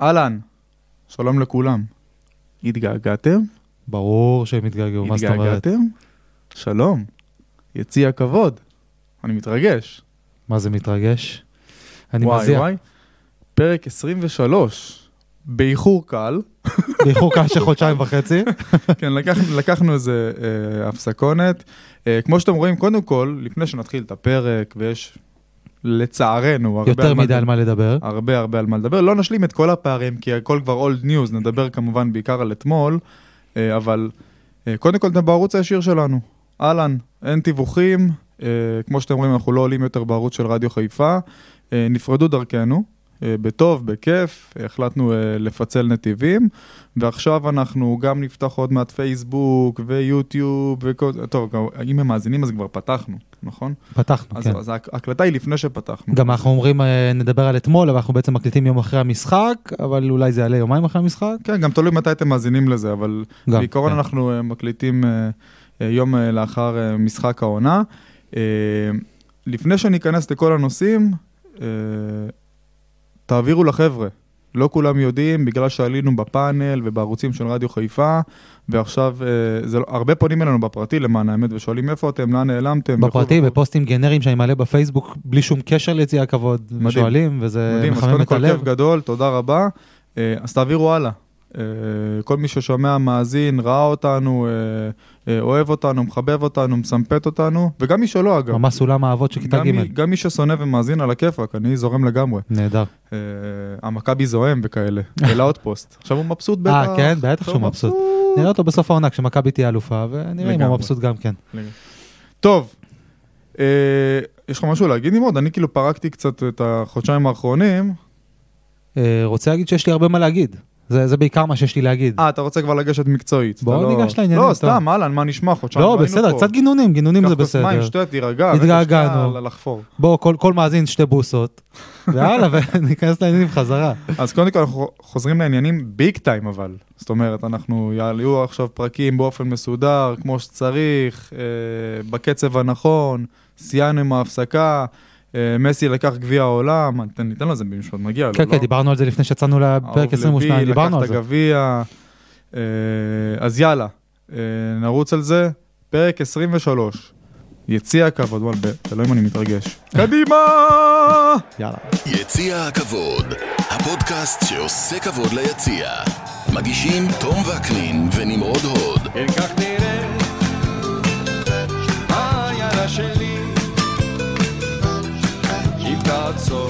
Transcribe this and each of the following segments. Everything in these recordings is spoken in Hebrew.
אהלן, שלום לכולם. התגעגעתם? ברור שהם התגעגעו, מה זאת אומרת? התגעגעתם? שלום, יציע הכבוד. אני מתרגש. מה זה מתרגש? אני וואי מזיע. וואי. פרק 23, באיחור קל. באיחור קל של חודשיים וחצי. כן, לקחנו איזה הפסקונת. כמו שאתם רואים, קודם כל, לפני שנתחיל את הפרק, ויש לצערנו יותר מדי על מה לדבר. הרבה על מה לדבר. לא נשלים את כל הפערים, כי הכל כבר אולד ניוז, נדבר כמובן בעיקר על אתמול, אבל קודם כל אתם בערוץ הישיר שלנו. אהלן, אין תיווחים, כמו שאתם רואים, אנחנו לא עולים יותר בערוץ של רדיו חיפה, נפרדו דרכנו, בטוב, בכיף, החלטנו לפצל נתיבים, ועכשיו אנחנו גם נפתח עוד מעט פייסבוק ויוטיוב, טוב, אם הם מאזינים אז כבר פתחנו, נכון? פתחנו, כן. אז ההקלטה היא לפני שפתחנו. גם אנחנו אומרים, נדבר על אתמול, אבל אנחנו בעצם מקליטים יום אחרי המשחק, אבל אולי זה יעלה יומיים אחרי המשחק. כן, גם תלוי מתי אתם מאזינים לזה, אבל בעיקרון אנחנו מקליטים יום לאחר משחק העונה. לפני שניכנס לכל הנושאים, תעבירו לחבר'ה. לא כולם יודעים, בגלל שעלינו בפאנל ובערוצים של רדיו חיפה, ועכשיו, הרבה פונים אלינו בפרטי למען האמת, ושואלים איפה אתם, לאן נעלמתם. בפרטי, בפוסטים גנריים שאני מעלה בפייסבוק, בלי שום קשר ליציע הכבוד, ושואלים, וזה מחמם את הלב. כיף גדול, תודה רבה. אז תעבירו הלאה. כל מי ששומע, מאזין, ראה אותנו, אוהב אותנו, מחבב אותנו, מסמפת אותנו, וגם מי שלא אגב. ממש סולם האבות של כיתה ג'. גם מי ששונא ומאזין על הכיפק, אני זורם לגמרי. נהדר. המכבי זוהם וכאלה, אלא עוד פוסט. עכשיו הוא מבסוט בטח. כן, בטח שהוא מבסוט. נראה אותו בסוף העונה כשמכבי תהיה אלופה, ונראה אם הוא מבסוט גם כן. טוב, יש לך משהו להגיד נמרוד? אני כאילו פרקתי קצת את החודשיים האחרונים. רוצה להגיד שיש לי הרבה מה להגיד. זה בעיקר מה שיש לי להגיד. אתה רוצה כבר לגשת מקצועית. בוא ניגש לעניינים. לא, סתם, אהלן, מה נשמע? חודשיים לא, בסדר, קצת גינונים זה בסדר. מים, שתה, תירגע. התגעגענו. לחפור. בוא, כל מאזין שתי בוסות. והלאה, וניכנס לעניינים חזרה. אז קודם כל אנחנו חוזרים לעניינים ביג טיים אבל. זאת אומרת, אנחנו יעלו עכשיו פרקים באופן מסודר, כמו שצריך, בקצב הנכון, סיינו עם ההפסקה, מסי לקח גביע העולם, ניתן לו זה במשפט, מגיע לו, כן, כן, דיברנו על זה לפני שיצאנו לפרק 22, דיברנו על זה. לקח את הגביע, אז יאללה, נרוץ על זה, פרק 23, יציע הכבוד, אלוהים אני מתרגש. קדימה! יאללה. יציע הכבוד, הפודקאסט שעושה כבוד ליציע. מגישים תום וקנין ונמרוד הוד. כך נראה, היאללה שלי, אם תעצור,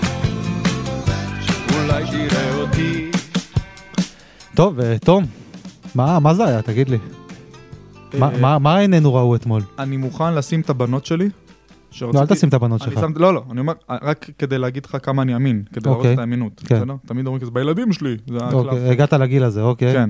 אולי תראה אותי. טוב, תום, מה זה היה? תגיד לי. מה עינינו ראו אתמול? אני מוכן לשים את הבנות שלי. לא, אל תשים את הבנות שלך. לא, אני אומר, רק כדי להגיד לך כמה אני אמין, כדי להראות את האמינות. תמיד אומרים כזה, בילדים שלי. הגעת לגיל הזה, אוקיי. כן.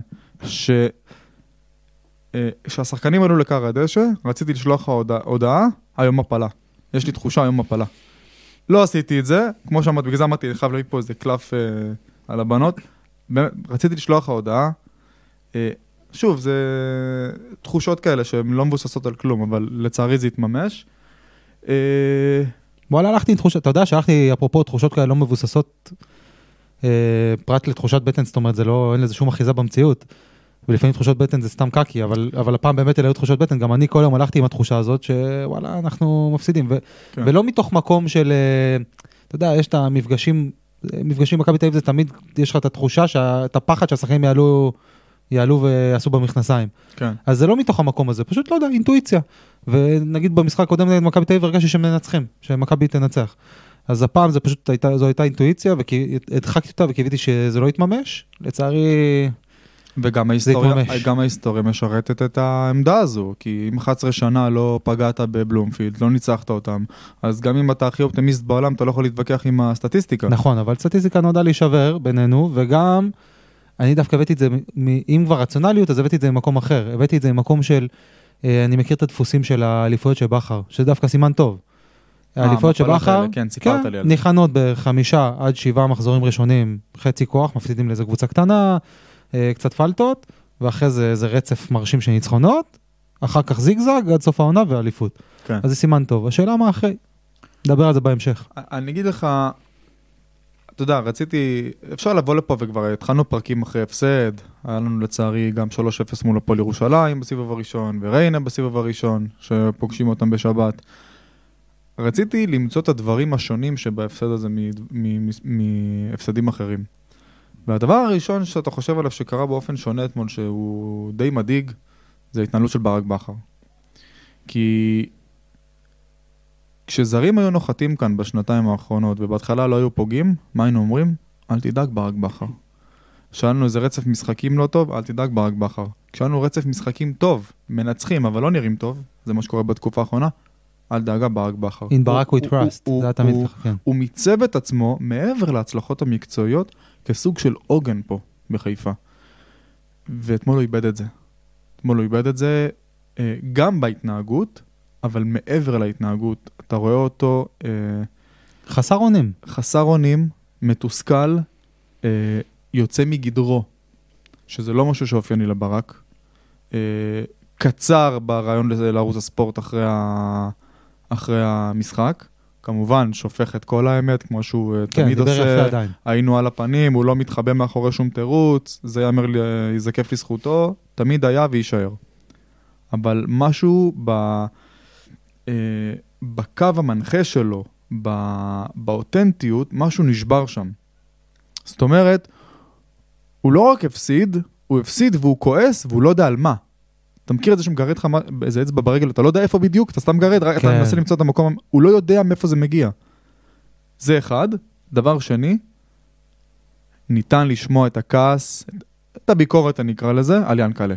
שהשחקנים עלו לקר הדשא, רציתי לשלוח הודעה, היום מפלה. יש לי תחושה היום מפלה. לא עשיתי את זה, כמו שאמרתי, בגלל זה אמרתי, אני חייב להביא פה איזה קלף על הבנות. רציתי לשלוח ההודעה. שוב, זה תחושות כאלה שהן לא מבוססות על כלום, אבל לצערי זה יתממש. וואלה, הלכתי עם תחושות, אתה יודע שהלכתי, אפרופו תחושות כאלה לא מבוססות, פרט לתחושת בטן, זאת אומרת, אין לזה שום אחיזה במציאות, ולפעמים תחושות בטן זה סתם קקי, אבל הפעם באמת אלה היו תחושות בטן, גם אני כל יום הלכתי עם התחושה הזאת, שוואלה, אנחנו מפסידים, ולא מתוך מקום של, אתה יודע, יש את המפגשים מכבי תל אביב, זה תמיד, יש לך את התחושה, את הפחד שהשחקנים יעלו ויעשו במכנסיים. כן. אז זה לא מתוך המקום הזה, פשוט לא יודע, אינטואיציה. ונגיד במשחק הקודם נגד מכבי תל אביב הרגשתי שהם מנצחים, שמכבי תנצח. אז הפעם זה פשוט זו הייתה אינטואיציה, והדחקתי אותה וקיוויתי שזה לא יתממש. לצערי וגם ההיסטוריה משרתת את העמדה הזו, כי אם 11 שנה לא פגעת בבלומפילד, לא ניצחת אותם, אז גם אם אתה הכי אופטימיסט בעולם, אתה לא יכול להתווכח עם הסטטיסטיקה. נכון, אבל סטטיסטיקה נועדה להישבר בינינו, וגם אני דווקא הבאתי את זה, אם כבר רציונליות, אז הבאתי את זה ממקום אחר. הבאתי את זה ממקום של, אני מכיר את הדפוסים של האליפויות של בכר, שזה דווקא סימן טוב. האליפויות של בכר, כן, ניחנות ב5 עד 7 מחזורים ראשונים, חצי כוח, מפסידים לאיזו קבוצה קטנה, קצת פלטות, ואחרי זה רצף מרשים של ניצחונות, אחר כך זיגזג עד סוף העונה והאליפות. אז זה סימן טוב. השאלה מה אחרי? נדבר על זה בהמשך. אני אגיד לך, אתה יודע, רציתי, אפשר לבוא לפה וכבר התחלנו פרקים אחרי הפסד, היה לנו לצערי גם 3-0 מול הפועל ירושלים בסיבוב הראשון, וריינה בסיבוב הראשון, שפוגשים אותם בשבת. רציתי למצוא את הדברים השונים שבהפסד הזה מהפסדים אחרים. והדבר הראשון שאתה חושב עליו שקרה באופן שונה אתמול, שהוא די מדאיג, זה ההתנהלות של ברק בכר. כי כשזרים היו נוחתים כאן בשנתיים האחרונות, ובהתחלה לא היו פוגעים, מה היינו אומרים? אל תדאג ברק בכר. כשאלנו איזה רצף משחקים לא טוב, אל תדאג ברק בכר. כשאלנו רצף משחקים טוב, מנצחים, אבל לא נראים טוב, זה מה שקורה בתקופה האחרונה, אל דאגה ברק בכר. In ברק we trust, זה תמיד ככה, כן. הוא מיצב את עצמו מעבר להצלחות המקצועיות, כסוג של עוגן פה בחיפה. ואתמול הוא איבד את זה. אתמול הוא איבד את זה גם בהתנהגות, אבל מעבר להתנהגות, אתה רואה אותו חסר אונים. חסר אונים, מתוסכל, יוצא מגדרו, שזה לא משהו שאופייני לברק. קצר ברעיון לערוץ הספורט אחרי המשחק. כמובן, שופך את כל האמת, כמו שהוא תמיד עושה. היינו על הפנים, הוא לא מתחבא מאחורי שום תירוץ, זה יאמר לי, יזקף לזכותו, תמיד היה ויישאר. אבל משהו בקו המנחה שלו, באותנטיות, משהו נשבר שם. זאת אומרת, הוא לא רק הפסיד, הוא הפסיד והוא כועס, והוא לא יודע על מה. אתה מכיר את זה שמגרד לך איזה אצבע ברגל, אתה לא יודע איפה בדיוק, אתה סתם גרד, רק אתה מנסה למצוא את המקום, הוא לא יודע מאיפה זה מגיע. זה אחד. דבר שני, ניתן לשמוע את הכעס, את הביקורת אני אקרא לזה, על ינקלה.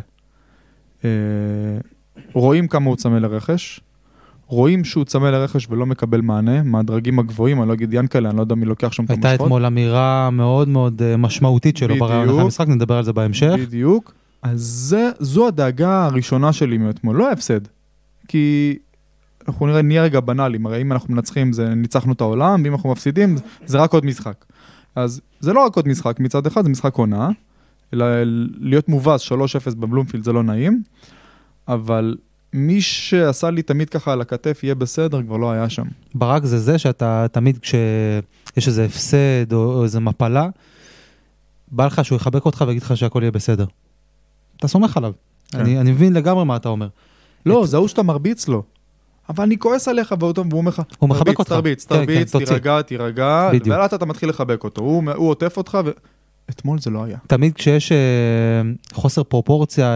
רואים כמה הוא צמא לרכש, רואים שהוא צמא לרכש ולא מקבל מענה, מהדרגים הגבוהים, אני לא אגיד ינקלה, אני לא יודע מי לוקח שם את המשפט. הייתה אתמול אמירה מאוד מאוד משמעותית שלו ברעיון אחרי המשחק, נדבר על זה בהמשך. בדיוק. אז זו הדאגה הראשונה שלי מאתמול, לא ההפסד. כי אנחנו נהיה רגע בנאליים, הרי אם אנחנו מנצחים זה ניצחנו את העולם, ואם אנחנו מפסידים זה רק עוד משחק. אז זה לא רק עוד משחק, מצד אחד זה משחק עונה, אלא להיות מובס 3-0 בבלומפילד זה לא נעים, אבל מי שעשה לי תמיד ככה על הכתף יהיה בסדר, כבר לא היה שם. ברק זה שאתה תמיד כשיש איזה הפסד או איזה מפלה, בא לך שהוא יחבק אותך ויגיד לך שהכל יהיה בסדר. אתה סומך עליו. אני מבין לגמרי מה אתה אומר. לא, זהו שאתה מרביץ לו. אבל אני כועס עליך והוא אומר לך, הוא מחבק אותך. תרביץ, תירגע, ולאט אתה מתחיל לחבק אותו. הוא עוטף אותך אתמול זה לא היה. תמיד כשיש חוסר פרופורציה,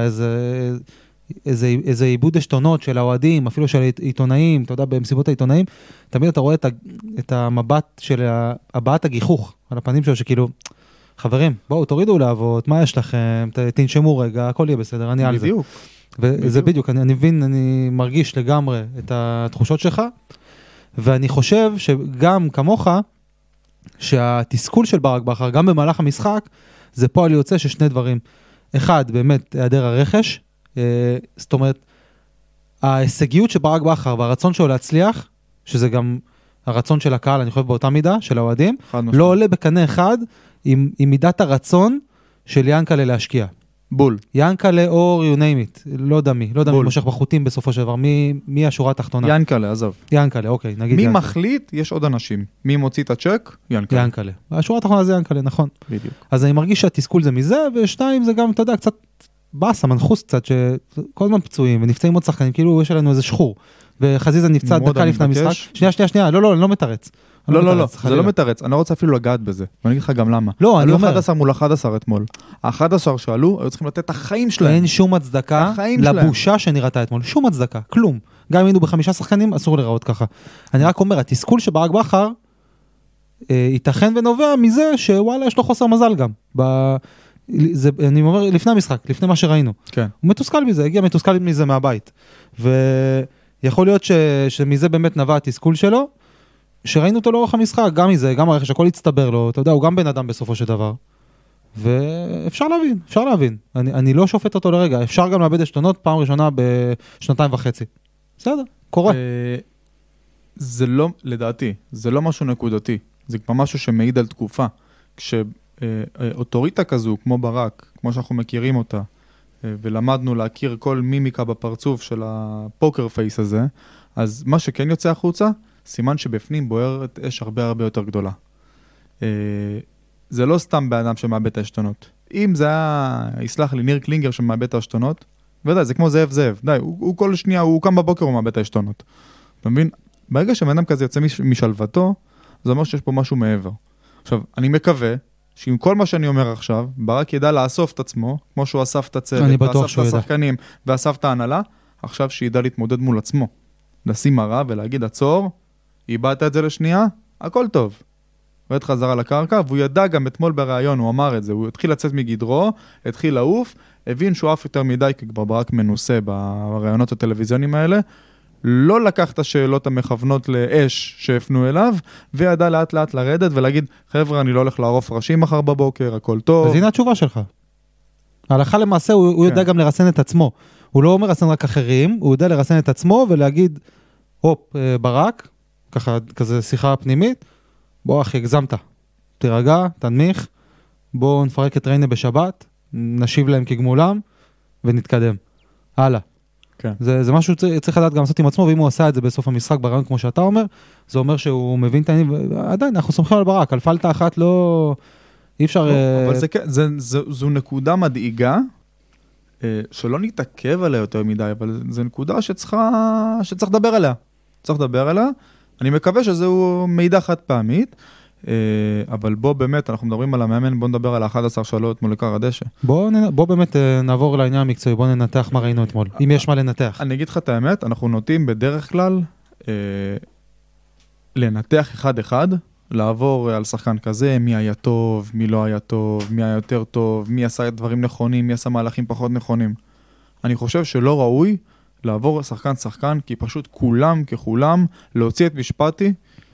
איזה עיבוד השתונות של האוהדים, אפילו של עיתונאים, אתה יודע, במסיבות העיתונאים, תמיד אתה רואה את המבט של הבעת הגיחוך על הפנים שלו, שכאילו, חברים, בואו, תורידו לעבוד, מה יש לכם, תנשמו רגע, הכל יהיה בסדר, אני על זה. בדיוק. וזה בדיוק, אני מבין, אני מרגיש לגמרי את התחושות שלך, ואני חושב שגם כמוך, שהתסכול של ברק בכר, גם במהלך המשחק, זה פועל יוצא ששני דברים. אחד, באמת, היעדר הרכש, זאת אומרת, ההישגיות של ברק בכר והרצון שלו להצליח, שזה גם הרצון של הקהל, אני חושב באותה מידה, של האוהדים, לא עולה בקנה אחד עם מידת הרצון של ינקלה להשקיע. בול. ינקלה או you name it, לא יודע מי מושך בחוטים בסופו של דבר, מי השורה התחתונה? ינקלה, עזוב. ינקלה, אוקיי, נגיד ינקלה. מי מחליט, יש עוד אנשים. מי מוציא את הצ'ק? ינקלה. ינקלה. השורה התחתונה זה ינקלה, נכון. בדיוק. אז אני מרגיש שהתסכול זה מזה, ושתיים זה גם, אתה יודע, קצת באסה, מנחוס קצת, שכל הזמן פצועים ונפצעים עוד שחקנים, כאילו יש עלינו איזה שחור, וחזיזה נפצע דקה לפני המשחק. שנייה, לא, אני לא מתרץ. לא, זה לא מתרץ, אני לא רוצה אפילו לגעת בזה, ואני אגיד לך גם למה. לא, אני אומר. 11 מול 11 אתמול. ה-11 שעלו, היו צריכים לתת את החיים שלהם. אין שום הצדקה לבושה שנראתה אתמול, שום הצדקה, כלום. גם אם היינו ב5 שחקנים, אסור לראות ככה. אני רק אומר, התסכול שברק בכר, ייתכן ונובע מזה שוואלה, יש לו חוסר מזל גם. אני אומר, לפני המשחק, לפני מה שראינו. כן. הוא מתוסכל מזה, הגיע מתוסכל מזה מהבית. ויכול להיות שמזה באמת נבע התסכול שלו, שראינו אותו לאורך המשחק, גם מזה, גם הרכש, הכל הצטבר לו, אתה יודע, הוא גם בן אדם בסופו של דבר. ואפשר להבין. אני לא שופט אותו לרגע, אפשר גם לאבד השתונות פעם ראשונה בשנתיים וחצי. בסדר, קורה. זה לא, לדעתי, זה לא משהו נקודתי, זה כבר משהו שמעיד על תקופה. כשאוטוריטה כזו, כמו ברק, כמו שאנחנו מכירים אותה, ולמדנו להכיר כל מימיקה בפרצוף של הפוקר פייס הזה, אז מה שכן יוצא החוצה, סימן שבפנים בוערת אש הרבה יותר גדולה. זה לא סתם באדם שמאבד את העשתונות. אם זה היה, יסלח לי, ניר קלינגר שמאבד את העשתונות, ודאי, זה כמו זאב. די, הוא כל שנייה, הוא קם בבוקר, הוא מאבד את העשתונות. אתה מבין? ברגע שבאדם כזה יוצא משלוותו, זה אומר שיש פה משהו מעבר. עכשיו, אני מקווה שעם כל מה שאני אומר עכשיו, ברק ידע לאסוף את עצמו, כמו שהוא אסף את הצוות, ואסף את השחקנים, ואסף את ההנהלה, עכשיו שידע להתמודד מול עצמו. לשים מראה ולהגיד, עצור, איבדת את זה לשנייה, הכל טוב. רד חזרה לקרקע, והוא ידע גם אתמול בראיון, הוא אמר את זה, הוא התחיל לצאת מגדרו, התחיל לעוף, הבין שהוא אף יותר מדי, כי כבר ברק מנוסה בראיונות הטלוויזיוניים האלה, לא לקח את השאלות המכוונות לאש שהפנו אליו, וידע לאט לאט לרדת ולהגיד, חבר'ה, אני לא הולך לערוף ראשים מחר בבוקר, הכל טוב. אז הנה התשובה שלך. ההלכה למעשה, הוא יודע גם לרסן את עצמו. הוא לא מרסן רק אחרים, הוא יודע לרסן את עצמו ולהגיד, ברק, כזה שיחה פנימית, בוא אחי, הגזמת, תירגע, תנמיך, בוא נפרק את ריינה בשבת, נשיב להם כגמולם, ונתקדם. הלאה. כן. זה משהו צריך לדעת גם לעשות עם עצמו, ואם הוא עשה את זה בסוף המשחק ברעיון כמו שאתה אומר, זה אומר שהוא מבין את העניין, ועדיין, אנחנו סומכים על ברק, על פלטה אחת לא, אי אפשר... אבל זו נקודה מדאיגה, שלא נתעכב עליה יותר מדי, אבל זו נקודה שצריך לדבר עליה. צריך לדבר עליה. אני מקווה שזהו מידע חד פעמית, אבל בוא באמת, אנחנו מדברים על המאמן, בוא נדבר על 11 שאלות מול עיקר הדשא. בוא באמת נעבור לעניין המקצועי, בוא ננתח מה ראינו אתמול, אם יש מה לנתח. אני אגיד לך את האמת, אנחנו נוטים בדרך כלל לנתח אחד-אחד, לעבור על שחקן כזה, מי היה טוב, מי לא היה טוב, מי היה יותר טוב, מי עשה דברים נכונים, מי עשה מהלכים פחות נכונים. אני חושב שלא ראוי לעבור שחקן, כי פשוט כולם ככולם, להוציא את משפטי,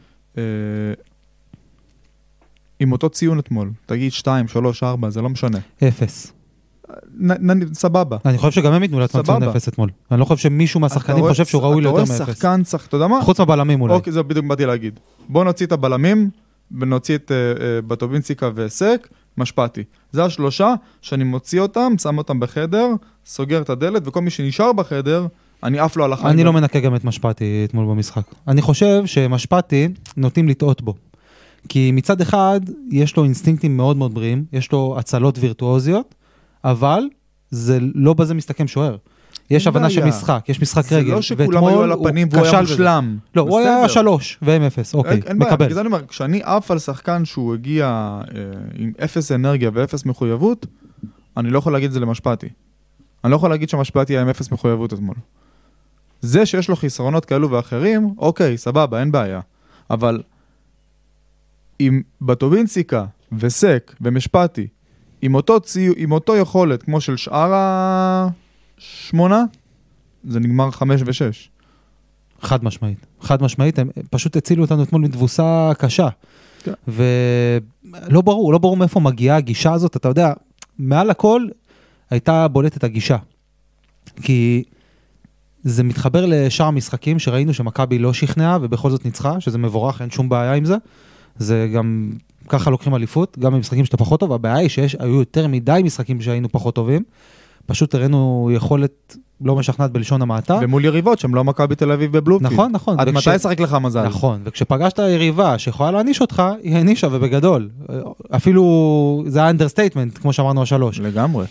עם אותו ציון אתמול. תגיד 2, 3, 4, זה לא משנה. 0. סבבה. אני חושב שגם הם יתנו לעצמם ציון 0 אתמול. אני לא חושב שמישהו מהשחקנים חושב שהוא ראוי ליותר מ-0. אתה רואה שחקן, אתה יודע מה? חוץ מהבלמים אולי. אוקיי, זה בדיוק באתי להגיד. בוא נוציא את הבלמים, ונוציא את בטובינציקה וסק, משפטי. זה השלושה שאני מוציא אותם, שם אותם בחדר, סוגר את הדלת, וכל מי שנשאר בחדר, אני אף לא הלך. אני לא מנקה גם את משפטי אתמול במשחק. אני חושב שמשפטי נוטים לטעות בו. כי מצד אחד, יש לו אינסטינקטים מאוד מאוד בריאים, יש לו הצלות וירטואוזיות, אבל זה לא בזה מסתכם שוער. יש הבנה של משחק, יש משחק רגל. זה לא שכולם היו על הפנים והוא היה מושלם. לא, הוא היה 3 והם 0, אוקיי, מקבל. אני אומר, כשאני אף על שחקן שהוא הגיע עם 0 אנרגיה ו0 מחויבות, אני לא יכול להגיד את זה למשפטי. אני לא יכול להגיד שמשפטי היה עם 0 מחויבות אתמול. זה שיש לו חיסרונות כאלו ואחרים, אוקיי, סבבה, אין בעיה. אבל עם בטובינציקה וסק ומשפטי, עם אותו יכולת כמו של שאר 8, זה נגמר 5 ו6. חד משמעית. חד משמעית, הם פשוט הצילו אותנו אתמול מתבוסה קשה. כן. ולא ברור מאיפה מגיעה הגישה הזאת, אתה יודע, מעל הכל הייתה בולטת הגישה. כי זה מתחבר לשאר המשחקים שראינו שמכבי לא שכנעה ובכל זאת ניצחה, שזה מבורך, אין שום בעיה עם זה. זה גם ככה לוקחים אליפות, גם במשחקים שאתה פחות טוב, הבעיה היא שהיו יותר מדי משחקים שהיינו פחות טובים, פשוט הראינו יכולת לא משכנעת בלשון המעטה. ומול יריבות שהם לא מכבי תל אביב בבלומפילד. נכון. עד מתי ישחק לך מזל? נכון, וכשפגשת יריבה שיכולה להניש אותך, היא הנישה ובגדול. אפילו זה היה אנדרסטייטמנט, כמו שאמרנו ה3. לגמרי.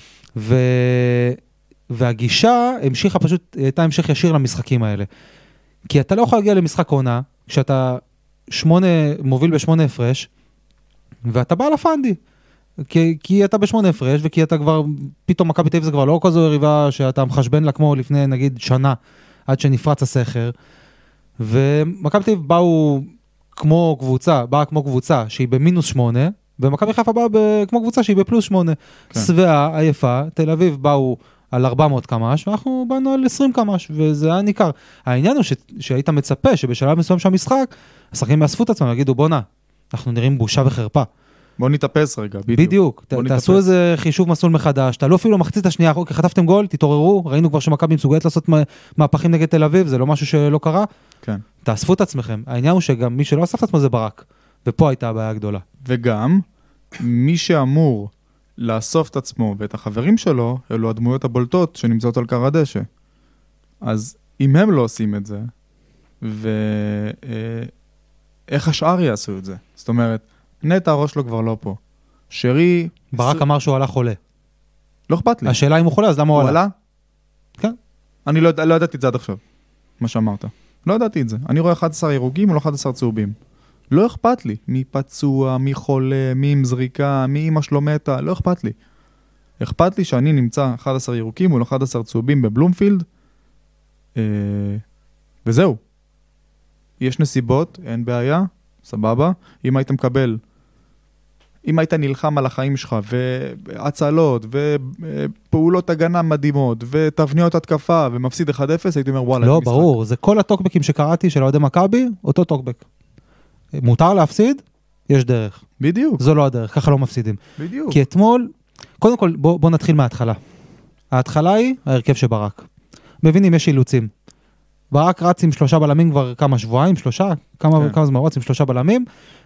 והגישה המשיכה פשוט, הייתה המשך ישיר למשחקים האלה. כי אתה לא יכול להגיע למשחק עונה, כשאתה מוביל ב8 הפרש, ואתה בא לפנדי. כי אתה ב8 הפרש, וכי אתה כבר, פתאום מכבי תל אביב זה כבר לא כזו יריבה שאתה מחשבן לה כמו לפני נגיד שנה, עד שנפרץ הסכר, ומכבי תל אביב באה כמו קבוצה שהיא ב-8, ומכבי חיפה באה כמו קבוצה שהיא ב+8. כן. שבעה, עייפה, תל אביב באו על 400 קמ"ש, ואנחנו באנו על 20 קמ"ש, וזה היה ניכר. העניין הוא שהיית מצפה שבשלב מסוים של המשחק, השחקנים יאספו את עצמם, יגידו בונה, אנחנו נראים בושה וחרפה. בוא נתאפס רגע, בדיוק. תעשו איזה חישוב מסלול מחדש, תעלו אפילו מחצית השנייה, אוקיי, חטפתם גול, תתעוררו, ראינו כבר שמכבי מסוגלת לעשות מהפכים נגד תל אביב, זה לא משהו שלא קרה. כן. תאספו את עצמכם. העניין הוא שגם מי שלא אסף את עצמו זה ברק, ופה הייתה הבעיה הגדולה. וגם, מי שאמור לאסוף את עצמו ואת החברים שלו, אלו הדמויות הבולטות שנמצאות על קר הדשא. אז אם הם לא עושים את זה, ואיך השאר יעשו את זה? זאת אומרת, נטע הראש שלו כבר לא פה. שרי... ברק אמר שהוא עלה חולה. לא אכפת לי. השאלה אם הוא חולה, אז למה הוא עלה? כן. אני לא ידעתי את זה עד עכשיו, מה שאמרת. לא ידעתי את זה. אני רואה 11 ירוקים או 11 צהובים. לא אכפת לי. מי פצוע, מי חולה, מי עם זריקה, מי אמא שלו מתה, לא אכפת לי. אכפת לי שאני נמצא 11 ירוקים או 11 צהובים בבלומפילד, וזהו. יש נסיבות, אין בעיה, סבבה. אם היית מקבל, אם היית נלחם על החיים שלך, והצלות, ופעולות הגנה מדהימות, ותבניות התקפה, ומפסיד 1-0, הייתי אומר, וואלה, לא, ברור, זה כל הטוקבקים שקראתי של אוהדי מכבי, אותו טוקבק. מותר להפסיד, יש דרך. בדיוק. זו לא הדרך, ככה לא מפסידים. בדיוק. כי אתמול, קודם כל, בוא נתחיל מההתחלה. ההתחלה היא ההרכב שברק. מבינים, יש אילוצים. ברק רץ עם 3 בלמים כבר כמה שבועיים, 3, כמה זמן רץ עם 3 בלמים,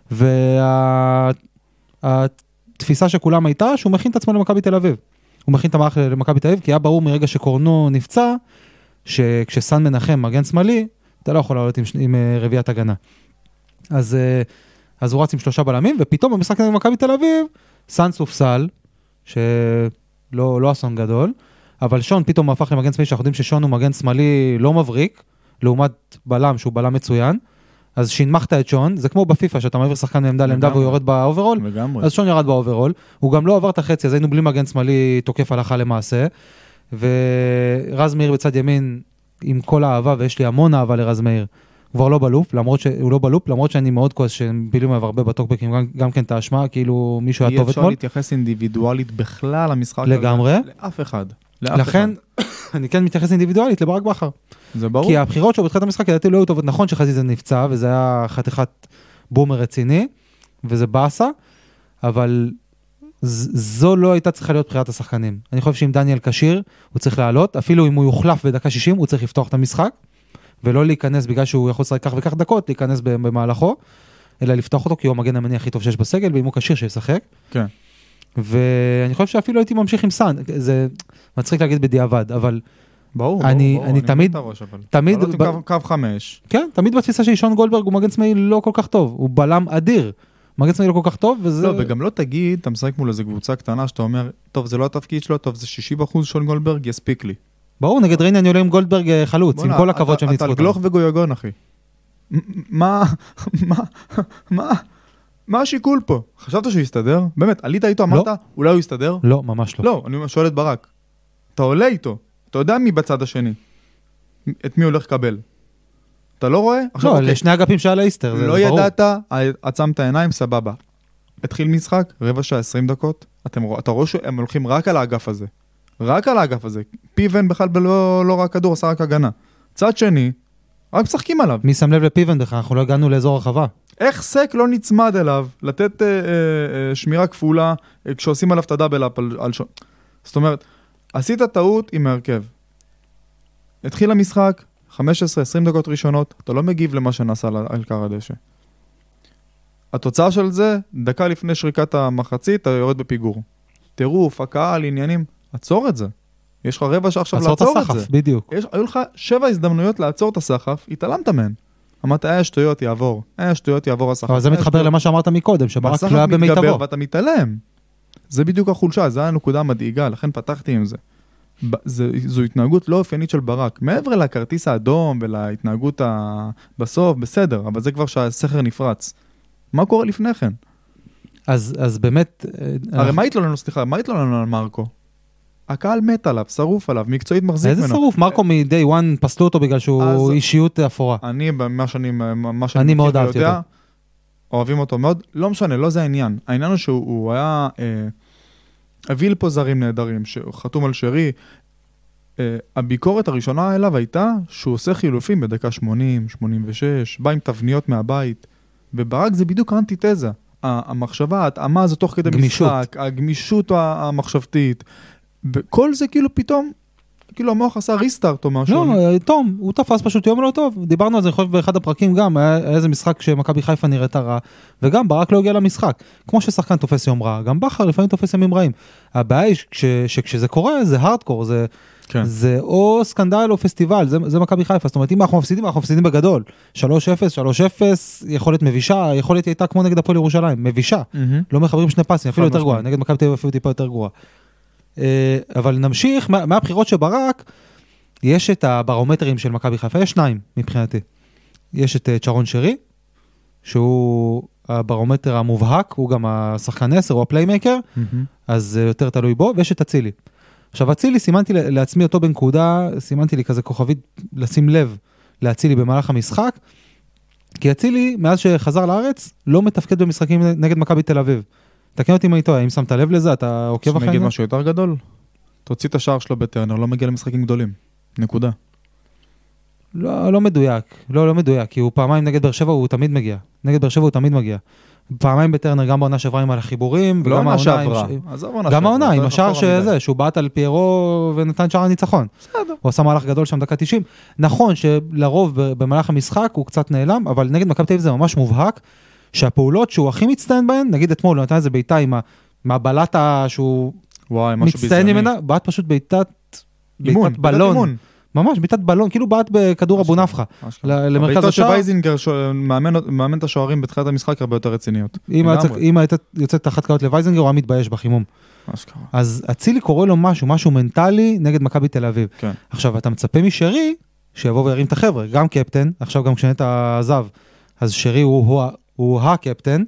והתפיסה שכולם הייתה שהוא מכין את עצמו למכבי תל אביב. הוא מכין את המערך למכבי תל אביב, כי היה ברור מרגע שקורנו נפצע, שכשסן מנחם מגן שמאלי, אתה לא יכול לעלות עם רביעת הגנה. אז הוא רץ עם 3 בלמים, ופתאום במשחק נגד מכבי תל אביב, סן סופסל, שלא אסון גדול, אבל שון פתאום הפך למגן שמאלי, שאנחנו יודעים ששון הוא מגן שמאלי לא מבריק, לעומת בלם שהוא בלם מצוין, אז שינמחת את שון, זה כמו בפיפה, שאתה מעביר שחקן מעמדה לעמדה והוא יורד באוברול, אז שון ירד באוברול, הוא גם לא עבר את החצי, אז היינו בלי מגן שמאלי תוקף הלכה למעשה, ורז מאיר בצד ימין, עם כל האהבה, ויש לי המון אהבה לרז מאיר, כבר לא בלופ, למרות שאני מאוד כועס שהם בילים עליו הרבה בטוקבקים, גם כן את האשמה, כאילו מישהו היה טוב אתמול. אי אפשר להתייחס אינדיבידואלית בכלל למשחק. לגמרי. לאף אחד. לכן, אני כן מתייחס אינדיבידואלית לברק בכר. זה ברור. כי הבחירות שלו בתחילת המשחק, ידעתי לא היו טובות, נכון שחזיזה נפצע, וזה היה חתיכת בומר רציני, וזה באסה, אבל זו לא הייתה צריכה להיות בחירת השחקנים. אני חושב שאם דניאל קשיר, הוא צריך לעלות, אפילו אם הוא יוחלף בדקה 60, הוא צריך לפתוח את המשחק, ולא להיכנס בגלל שהוא יכול לשחק כך וכך דקות, להיכנס במהלכו, אלא לפתוח אותו, כי הוא המגן המני הכי טוב שיש בסגל, ואם הוא קשיר שישחק. כן. ואני חושב שאפילו הייתי ממשיך עם סן, זה מצחיק להגיד בדיעבד, אבל ברור, אני תמיד, קו 5. כן, תמיד בתפיסה של שון גולדברג הוא מגן שמאלי לא כל כך טוב, הוא בלם אדיר, מגן שמאלי לא כל כך טוב, וזה... לא, וגם לא תגיד, אתה משחק מול איזו קבוצה קטנה, שאתה אומר, טוב, זה לא התפקיד שלו, טוב, זה 60% שון גולדברג, יספיק לי. ברור, נגד ריין אני עולה עם גולדברג חלוץ, עם כל הכבוד שהם ניצחו אותם. אתה גלוך וגויגון, אחי. מה השיקול פה? חשבת שהוא יסתדר? באמת, עלית איתו, אמרת, אולי הוא יסתדר? לא, ממש לא. לא, אני שואל את ברק. אתה עולה איתו, אתה יודע מי בצד השני? את מי הולך לקבל? אתה לא רואה? לא, לשני אגפים שעל האיסטר, זה ברור. לא ידעת, עצמת העיניים, סבבה. התחיל משחק, רבע שעה, 20 דקות, אתה רואה שהם הולכים רק על האגף הזה. רק על האגף הזה. פיבן בכלל לא רק כדור, עשה רק הגנה. צד שני, רק משחקים עליו. מי שם לב לפיבן בכלל? אנחנו לא הגענו לאזור הרחבה. איך סק לא נצמד אליו, לתת שמירה כפולה, כשעושים עליו את הדאבל אפ על שון. זאת אומרת, עשית טעות עם ההרכב. התחיל המשחק, 15-20 דקות ראשונות, אתה לא מגיב למה שנעשה על קר הדשא. התוצאה של זה, דקה לפני שריקת המחצית, אתה יורד בפיגור. טירוף, הקהל, עניינים, עצור את זה. יש לך רבע שעה עכשיו לעצור את זה. בדיוק. היו לך 7 הזדמנויות לעצור את הסחף, התעלמת מהן. אמרת, שטויות יעבור. שטויות יעבור הסחף. אבל זה מתחבר למה שאמרת מקודם, שברק לא היה במיטבו. מתגבר ואתה מתעלם. זה בדיוק החולשה, זה הנקודה המדאיגה, לכן פתחתי עם זה. זו התנהגות לא אופיינית של ברק. מעבר לכרטיס האדום ולהתנהגות בסוף, בסדר, אבל זה כבר שהסכר נפרץ. מה קורה לפני כן? אז באמת... הרי מה יתלו לנו על מרקו? הקהל מת עליו, שרוף עליו, מקצועית מחזיק ממנו. איזה שרוף? מרקו מ-day one פסלו אותו בגלל שהוא אישיות אפורה. אני מאוד אהבתי אותו. אוהבים אותו מאוד. לא משנה, לא זה העניין. העניין הוא שהוא היה... הביא לפה זרים נהדרים, שחתום על שרי. הביקורת הראשונה אליו הייתה שהוא עושה חילופים בדקה 80, 86, בא עם תבניות מהבית. וברק זה בדיוק האנטיתזה. המחשבה, ההתאמה הזו תוך כדי משחק, הגמישות המחשבתית. וכל זה כאילו פתאום כאילו המוח עשה ריסטארט או משהו. לא, תום, הוא תפס פשוט יום לא טוב, דיברנו על זה, חושב באחד הפרקים גם, היה איזה משחק שמכבי חיפה נראית רע, וגם ברק לא הגיע למשחק, כמו ששחקן תופס יום רע, גם בכר לפעמים תופס ימים רעים. הבעיה היא שכשזה קורה, זה הארדקור, זה או סקנדל או פסטיבל, זה מכבי חיפה, זאת אומרת, אם אנחנו מפסידים בגדול, 3-0, יכולת מבישה, יכולת הייתה כמו נגד הפועל ירושלים, מבישה, לא מחברים שני פסים, אפילו יותר גרוע, נגד מכבי תל אביב אפילו טיפה יותר גרוע. אבל נמשיך, מהבחירות שברק, יש את הברומטרים של מכבי חיפה, יש שניים מבחינתי. יש את צ'רון שרי, שהוא הברומטר המובהק, הוא גם השחקן 10, הוא הפליימייקר, אז יותר תלוי בו, ויש את אצילי. עכשיו אצילי, סימנתי לעצמי אותו בנקודה, סימנתי לי כזה כוכבית לשים לב לאצילי במהלך המשחק, כי אצילי, מאז שחזר לארץ, לא מתפקד במשחקים נגד מכבי תל אביב. תקן אותי מה איתו, אם שמת לב לזה, אתה עוקב אחרי זה? שנגיד משהו יותר גדול, תוציא את השער שלו בטרנר, לא מגיע למשחקים גדולים. נקודה. לא מדויק, לא מדויק, כי הוא פעמיים נגד באר שבע, הוא תמיד מגיע. נגד באר שבע הוא תמיד מגיע. פעמיים בטרנר, גם בעונה שעברה עם על החיבורים, לא עונה שעברה. גם העונה, עם השער שזה, שהוא בעט על פיירו ונתן שער הניצחון. בסדר. הוא עשה מהלך גדול שם דקה 90. נכון שלרוב במהלך המשחק הוא קצת נעלם, אבל נגד מכבי תל אביב זה ממש מובהק, שהפעולות שהוא הכי מצטיין בהן, נגיד אתמול, הוא נתן איזה בעיטה עם הבלטה שהוא מצטיין ממנה, בעט פשוט בעיטת בלון. ממש, בעיטת בלון, כאילו בעט בכדור אבו נפחה. בעיטות שווייזינגר מאמן את השוערים בתחילת המשחק הרבה יותר רציניות. אם הייתה יוצאת תחת קאות לווייזינגר, הוא היה מתבייש בחימום. אז אצילי קורא לו משהו מנטלי נגד מכבי תל אביב. עכשיו, אתה מצפה משרי שיבוא וירים את החבר'ה, גם קפטן, עכשיו גם כשנטע עזב, אז שרי הוא הקפטן,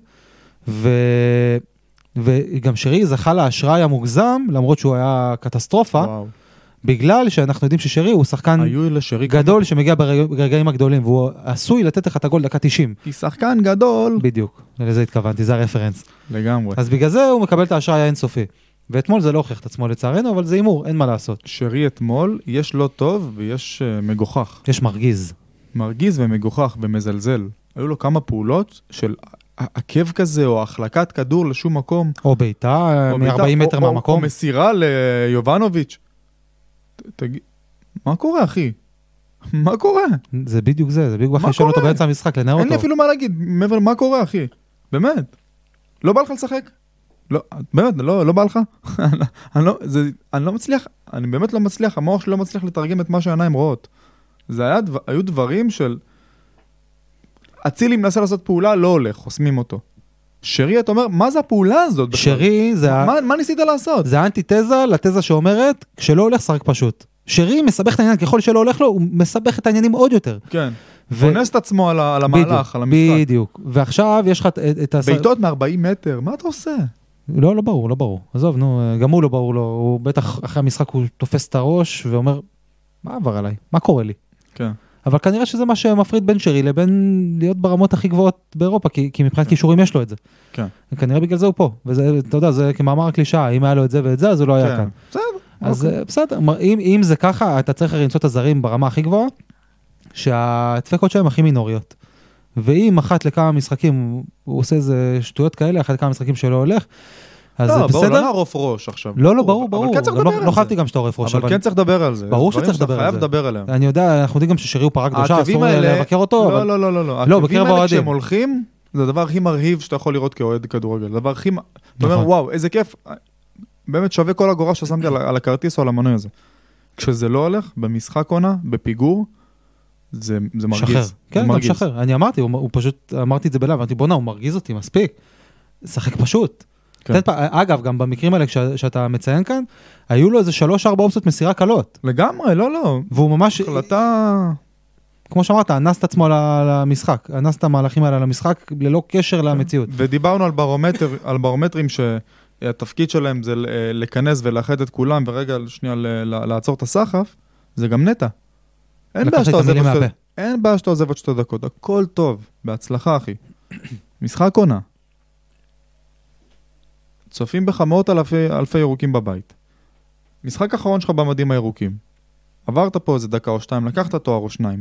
וגם שרי זכה להשראה המוגזם, למרות שהוא היה קטסטרופה, בגלל שאנחנו יודעים ששרי הוא שחקן גדול שמגיע ברגעים הגדולים, והוא עשוי לתת לך את הגול דקה 90. כי שחקן גדול. בדיוק, לזה התכוונתי, זה הרפרנס. לגמרי. אז בגלל זה הוא מקבל את ההשראה האינסופי. ואתמול זה לא הוכיח את עצמו לצערנו, אבל זה אימור, אין מה לעשות. שרי אתמול, יש לא טוב ויש מגוחך. יש מרגיז. מרגיז ומגוחך ומזלזל. היו לו כמה פעולות של עקב כזה, או החלקת כדור לשום מקום. או ביתה מ-40 מטר מהמקום. או מסירה ליובנוביץ'. תגיד, מה קורה, אחי? מה קורה? זה בדיוק זה בדיוק אחרי שאלו אותו באמצע המשחק, לנער אותו. אין לי אפילו מה להגיד, מעבר מה קורה, אחי? באמת? לא בא לך לשחק? לא, באמת, לא בא לך? אני לא מצליח, אני באמת לא מצליח, המוח שלי לא מצליח לתרגם את מה שהעיניים רואות. היו דברים של... אצילי מנסה לעשות פעולה, לא הולך, חוסמים אותו. שרי, אתה אומר, מה זה הפעולה הזאת? שרי זה... מה ניסית לעשות? זה האנטיתזה לתזה שאומרת, כשלא הולך שרק פשוט. שרי מסבך את העניין, ככל שלא הולך לו, הוא מסבך את העניינים עוד יותר. כן. כונס את עצמו על המהלך, על המשחק. בדיוק. ועכשיו יש לך את... בעיטות מ-40 מטר, מה אתה עושה? לא ברור. עזוב, נו, גם הוא לא ברור לו. הוא בטח אחרי המשחק הוא תופס את הראש ואומר, מה עבר עליי? מה קורה לי? כן. אבל כנראה שזה מה שמפריד בין שרי לבין להיות ברמות הכי גבוהות באירופה, כי מבחינת כישורים יש לו את זה. כן. כנראה בגלל זה הוא פה. וזה, אתה יודע, זה כמאמר הקלישאה, אם היה לו את זה ואת זה, אז הוא לא היה כאן. בסדר. אז בסדר, אם זה ככה, אתה צריך למצוא את הזרים ברמה הכי גבוהה, שהדפקות שלהם הכי מינוריות. ואם אחת לכמה משחקים, הוא עושה איזה שטויות כאלה, אחת לכמה משחקים שלא הולך, אז זה בסדר. לא נערוף ראש עכשיו. לא, ברור. אבל כן צריך לדבר על זה. לא חייבתי גם שתערף ראש. אבל כן צריך לדבר על זה. ברור שצריך לדבר על זה. חייב לדבר עליהם. אני יודע, אנחנו יודעים גם ששרי הוא פרה קדושה, אסור לבקר אותו. לא. העקבים האלה כשהם הולכים, זה הדבר הכי מרהיב שאתה יכול לראות כאוהד כדורגל. הדבר הכי... אתה אומר, וואו, איזה כיף. באמת שווה כל אגורה ששמתי על הכרטיס או על המנוי הזה. כשזה לא הולך, במשחק עונה, בפיגור, זה מרגיז. כן, גם שחרר. אני אמרתי, הוא פשוט, אמרתי את זה בלב, אמרתי, בונה, הוא מרגיז אותי, מספיק. שחק פשוט. אגב, גם במקרים האלה שאתה מציין כאן, היו לו איזה 3-4 אופציות מסירה קלות. לגמרי, לא. והוא ממש... החלטה... כמו שאמרת, אנס את עצמו למשחק, אנס את המהלכים האלה למשחק, ללא קשר למציאות. ודיברנו על ברומטרים שהתפקיד שלהם זה לכנס ולאחד את כולם, ורגע שנייה לעצור את הסחף, זה גם נטע. אין בעיה שאתה עוזב עוד 2 דקות, הכל טוב, בהצלחה אחי. משחק עונה. צופים בך מאות אלפי ירוקים בבית. משחק האחרון שלך במדים הירוקים. עברת פה איזה דקה או 2, לקחת תואר או 2.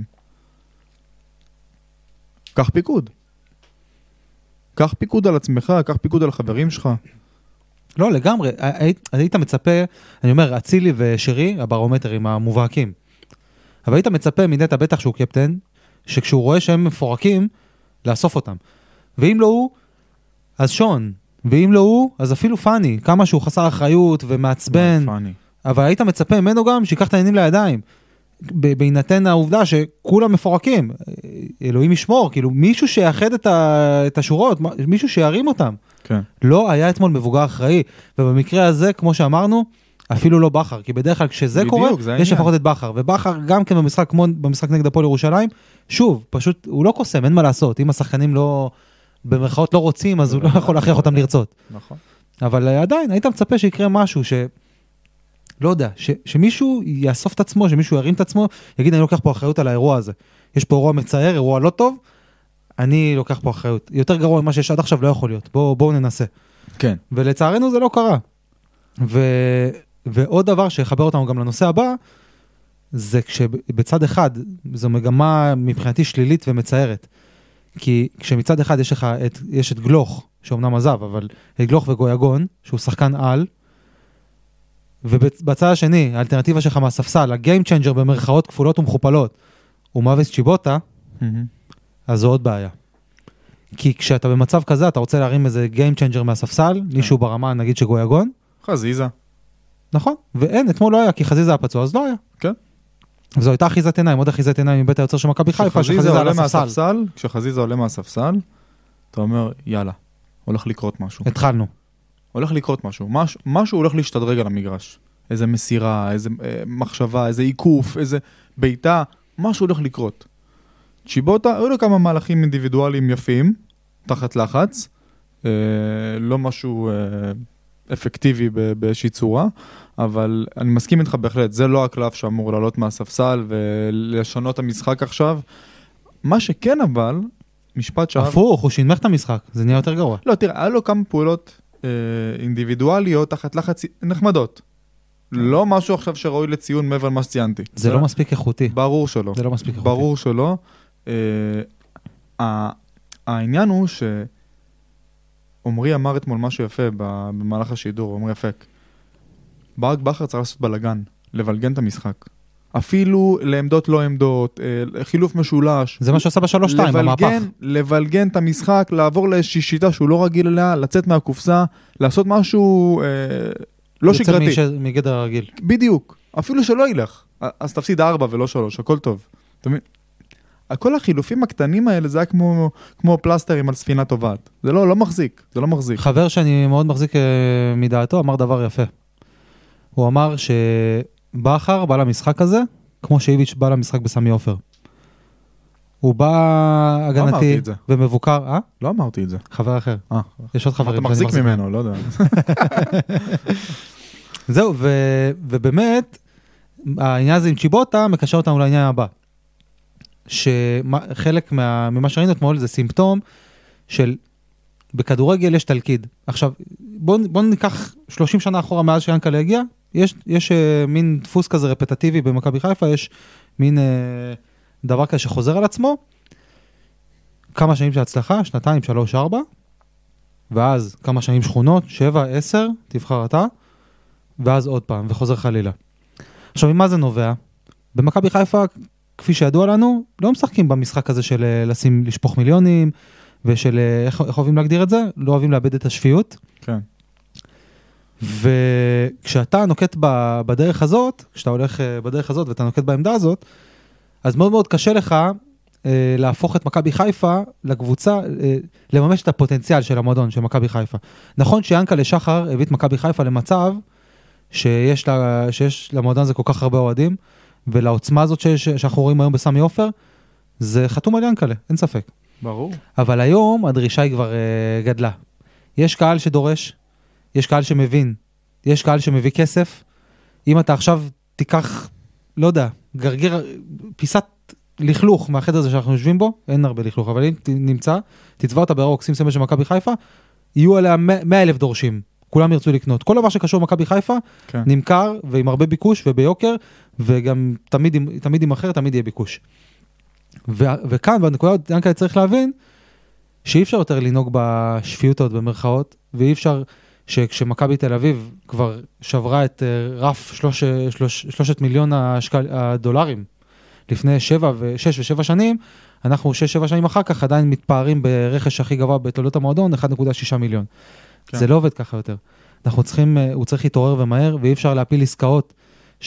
קח פיקוד. קח פיקוד על עצמך, קח פיקוד על החברים שלך. לא, לגמרי. היית מצפה, אני אומר, אצילי ושירי, הברומטרים המובהקים. אבל היית מצפה מנטע בטח שהוא קפטן, שכשהוא רואה שהם מפורקים, לאסוף אותם. ואם לא הוא, אז שון. ואם לא הוא, אז אפילו פני. כמה שהוא חסר אחריות ומעצבן. אבל היית מצפה ממנו גם שיקח את העניינים לידיים. בהינתן העובדה שכולם מפורקים. אלוהים ישמור, כאילו מישהו שיאחד את השורות, מישהו שירים אותם. כן. לא היה אתמול מבוגר אחראי. ובמקרה הזה, כמו שאמרנו, אפילו לא בחר, כי בדרך כלל כשזה קורה, יש לפחות את בחר, ובחר גם כן במשחק, כמו במשחק נגד הפועל ירושלים, שוב, פשוט, הוא לא קוסם, אין מה לעשות, אם השחקנים לא, במרכאות לא רוצים, אז הוא לא יכול להכריח אותם לרצות. נכון. אבל עדיין, היית מצפה שיקרה משהו, לא יודע, שמישהו יאסוף את עצמו, שמישהו ירים את עצמו, יגיד, אני לוקח פה אחריות על האירוע הזה. יש פה אירוע מצער, אירוע לא טוב, אני לוקח פה אחריות. יותר גרוע ממה שיש עד עכשיו לא יכול להיות. בואו ננסה. כן. ולצערנו זה לא קרה. ועוד דבר שיחבר אותנו גם לנושא הבא, זה כשבצד אחד, זו מגמה מבחינתי שלילית ומצערת. כי כשמצד אחד יש את גלוך, שאומנם עזב, אבל את גלוך וגויגון, שהוא שחקן על, ובצד השני, האלטרנטיבה שלך מהספסל, הגיים צ'יינג'ר במרכאות כפולות ומכופלות, הוא מאביס צ'יבוטה, אז זו עוד בעיה. כי כשאתה במצב כזה, אתה רוצה להרים איזה גיים צ'יינג'ר מהספסל, מישהו ברמה, נגיד שגויגון. חזיזה. נכון, ואין, אתמול לא היה, כי חזיזה היה פצוע, אז לא היה. כן. וזו הייתה אחיזת עיניים, עוד אחיזת עיניים מבית היוצר של מכבי חיפה, שחזיזה עולה מהספסל, כשחזיזה עולה מהספסל, אתה אומר, יאללה, הולך לקרות משהו. התחלנו. הולך לקרות משהו. משהו הולך להשתדרג על המגרש. איזה מסירה, איזה מחשבה, איזה עיקוף, איזה ביתה, משהו הולך לקרות. צ'יבוטה, היו לו כמה מהלכים אינדיבידואליים יפים, תחת לחץ, לא משהו אפקטיבי באיזושהי צורה, אבל אני מסכים איתך בהחלט, זה לא הקלף שאמור לעלות מהספסל ולשנות המשחק עכשיו. מה שכן אבל, משפט שאהב... הפוך, הוא שינמך את המשחק, זה נהיה יותר גרוע. לא, תראה, היה לו כמה פעולות אינדיבידואליות תחת לחץ נחמדות. לא משהו עכשיו שראוי לציון מעבר למה שציינתי. זה לא מספיק איכותי. ברור שלא. זה לא מספיק איכותי. ברור שלא. העניין הוא שעומרי אמר אתמול משהו יפה במהלך השידור, עומרי אפק. ברק בכר צריך לעשות בלגן, לבלגן את המשחק. אפילו לעמדות לא עמדות, חילוף משולש. זה מה שעושה ב3-2 במהפך. לבלגן את המשחק, לעבור לאיזושהי שיטה שהוא לא רגיל אליה, לצאת מהקופסה, לעשות משהו לא שגרתי. יוצא מגדר הרגיל. בדיוק. אפילו שלא ילך. אז תפסיד 4 ולא 3, הכל טוב. כל החילופים הקטנים האלה זה היה כמו פלסטרים על ספינה טובעת. זה לא מחזיק, זה לא מחזיק. חבר שאני מאוד מחזיק מדעתו אמר דבר יפה. הוא אמר שבחר בא למשחק הזה, כמו שאיביץ' בא למשחק בסמי עופר. הוא בא הגנתי ומבוקר, לא אמרתי את זה. חבר אחר. יש עוד חברים. אתה מחזיק ממנו, לא יודע. זהו, ובאמת, העניין הזה עם צ'יבוטה מקשר אותנו לעניין הבא. שחלק ממה שראינו אתמול זה סימפטום של בכדורגל יש תלכיד. עכשיו, בואו ניקח 30 שנה אחורה מאז שיאנקל'ה הגיע, יש מין דפוס כזה רפטטיבי במכבי חיפה, יש מין דבר כזה שחוזר על עצמו, כמה שנים של הצלחה, 2, 3, 4, ואז כמה שנים שכונות, 7, 10, תבחר אתה, ואז עוד פעם, וחוזר חלילה. עכשיו, ממה זה נובע? במכבי חיפה, כפי שידוע לנו, לא משחקים במשחק הזה של לשפוך מיליונים, ושל, איך אוהבים להגדיר את זה? לא אוהבים לאבד את השפיות. כן. וכשאתה נוקט בדרך הזאת, כשאתה הולך בדרך הזאת ואתה נוקט בעמדה הזאת, אז מאוד מאוד קשה לך להפוך את מכבי חיפה לקבוצה, לממש את הפוטנציאל של המועדון, של מכבי חיפה. נכון שיאנקל'ה שחר הביא את מכבי חיפה למצב שיש למועדון הזה כל כך הרבה אוהדים, ולעוצמה הזאת שאנחנו רואים היום בסמי עופר, זה חתום על יאנקל'ה, אין ספק. ברור. אבל היום הדרישה היא כבר גדלה. יש קהל שדורש, יש קהל שמבין, יש קהל שמביא כסף. אם אתה עכשיו תיקח, לא יודע, גרגיר, פיסת לכלוך מהחדר הזה שאנחנו יושבים בו, אין הרבה לכלוך, אבל אם נמצא, תצבע אותה ברוק, שים סמל של מכבי חיפה, יהיו עליה 100,000 דורשים. כולם ירצו לקנות. כל דבר שקשור למכבי חיפה, כן. נמכר ועם הרבה ביקוש וביוקר, וגם תמיד עם אחר, תמיד יהיה ביקוש. וכאן, בנקודה, יאנקל'ה צריך להבין, שאי אפשר יותר לנהוג בשפיות עוד במרכאות, ואי אפשר שכשמכבי תל אביב כבר שברה את רף 3 מיליון הדולרים לפני 6 ו7 שנים, אנחנו 6-7 שנים אחר כך עדיין מתפארים ברכש הכי גבוה בתולדות המועדון, 1.6 מיליון. כן. זה לא עובד ככה יותר. הוא צריך להתעורר ומהר, ואי אפשר להפיל עסקאות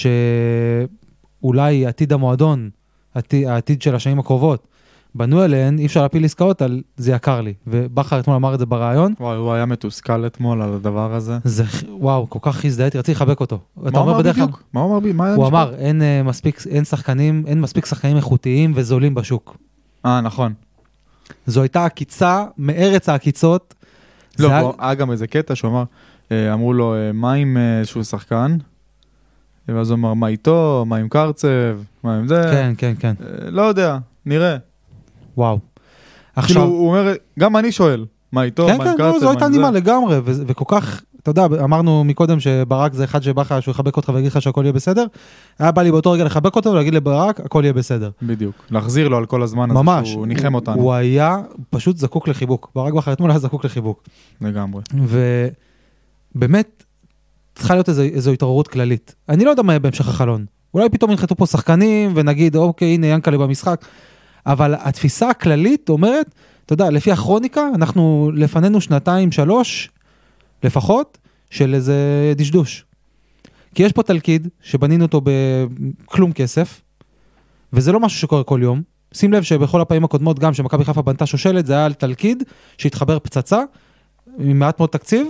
שאולי עתיד המועדון, העתיד של השנים הקרובות, בנו אליהן, אי אפשר להפיל עסקאות על זה יקר לי. ובחר אתמול אמר את זה ברעיון. וואי, הוא היה מתוסכל אתמול על הדבר הזה. וואו, כל כך הזדהיתי, רציתי לחבק אותו. מה הוא אמר בדיוק? מה הוא אמר? הוא אמר, אין מספיק שחקנים איכותיים וזולים בשוק. נכון. זו הייתה עקיצה מארץ העקיצות. לא, היה גם איזה קטע שהוא אמר, אמרו לו, מה עם שהוא שחקן? ואז הוא אמר, מה איתו? מה עם קרצב? מה עם זה? כן. לא יודע, נראה. וואו. כאילו, הוא אומר, גם אני שואל, מה איתו? מה עם קרצב? זו הייתה נימה לגמרי, וכל כך, אתה יודע, אמרנו מקודם שברק זה אחד שבא לך, שהוא יחבק אותך ויגיד לך שהכל יהיה בסדר, היה בא לי באותו רגע לחבק אותו ולהגיד לברק, הכל יהיה בסדר. בדיוק, להחזיר לו על כל הזמן הזה שהוא ניחם אותנו. הוא היה פשוט זקוק לחיבוק, ברק בחר אתמול היה זקוק לחיבוק. לגמרי. ובאמת, צריכה להיות איזו התעוררות כללית. אני לא יודע מה יהיה בהמשך החלון. אולי פתאום ינחתו פה שחקנים ונגיד, אוקיי, הנה ינקלה במשחק. אבל התפיסה הכללית אומרת, אתה יודע, לפי הכרוניקה, אנחנו לפנינו 2-3 לפחות, של איזה דשדוש. כי יש פה תלכיד, שבנינו אותו בכלום כסף, וזה לא משהו שקורה כל יום. שים לב שבכל הפעמים הקודמות, גם שמכבי חיפה בנתה שושלת, זה היה על תלכיד, שהתחבר פצצה, עם מעט מאוד תקציב,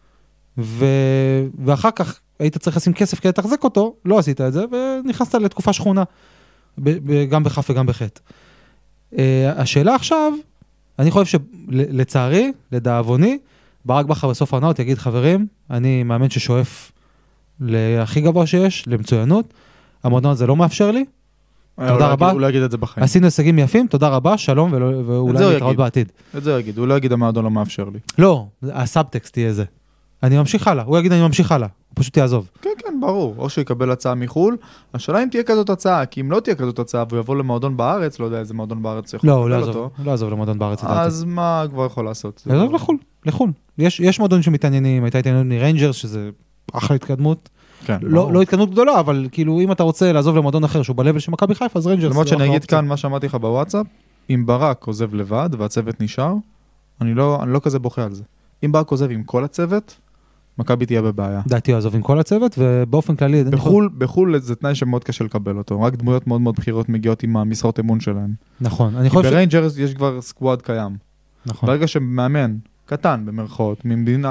ואחר כך היית צריך לשים כסף כדי לתחזק אותו, לא עשית את זה, ונכנסת לתקופה שכונה, גם בכף וגם בחטא. השאלה עכשיו, אני חושב שלצערי, לדאבוני, ברק בכר בסוף העונה יגיד, חברים, אני מאמן ששואף להכי גבוה שיש, למצוינות, המועדון הזה לא מאפשר לי, תודה רבה, הוא לא יגיד את זה בחיים. עשינו הישגים יפים, תודה רבה, שלום, ואולי נתראות בעתיד. את זה הוא יגיד, הוא לא יגיד המועדון לא מאפשר לי. לא, הסאבטקסט תהיה זה. אני ממשיך הלאה, הוא יגיד אני ממשיך הלאה, הוא פשוט יעזוב. כן, ברור, או שיקבל הצעה מחול, השאלה אם תהיה כזאת הצעה, כי אם לא תהיה כזאת הצעה, והוא יבוא למועדון בארץ, לא יודע איזה מועדון בארץ יכול לקבל אותו. לא יעזוב למועדון בארץ. אז מה כבר יכול לעשות? יעזוב לחול. יש מועדונים שמתעניינים, הייתה התעניינות מריינג'רס, שזה אחלה התקדמות. לא התקדמות גדולה, אבל כאילו אם אתה רוצה לעזוב למועדון אחר, שהוא בלבל של מכבי חיפה, אז ריינג'רס. למרות שאני אגיד כאן מה שאמרתי לך בוואטסאפ, אם ברק עוזב לבד והצוות נשאר, אני לא כזה בוכה על זה. אם ברק עוזב עם כל הצוות, מכבי תהיה בבעיה. דעתי עזוב עם כל הצוות, ובאופן כללי... בחול זה תנאי שמאוד קשה לקבל אותו, רק דמויות מאוד מאוד בכירות מגיעות עם המשרות אמון שלהם. נכון. כי בריינג'רס יש כבר סקוואד קיים. נכון. ברגע שמאמן, קטן במרכאות,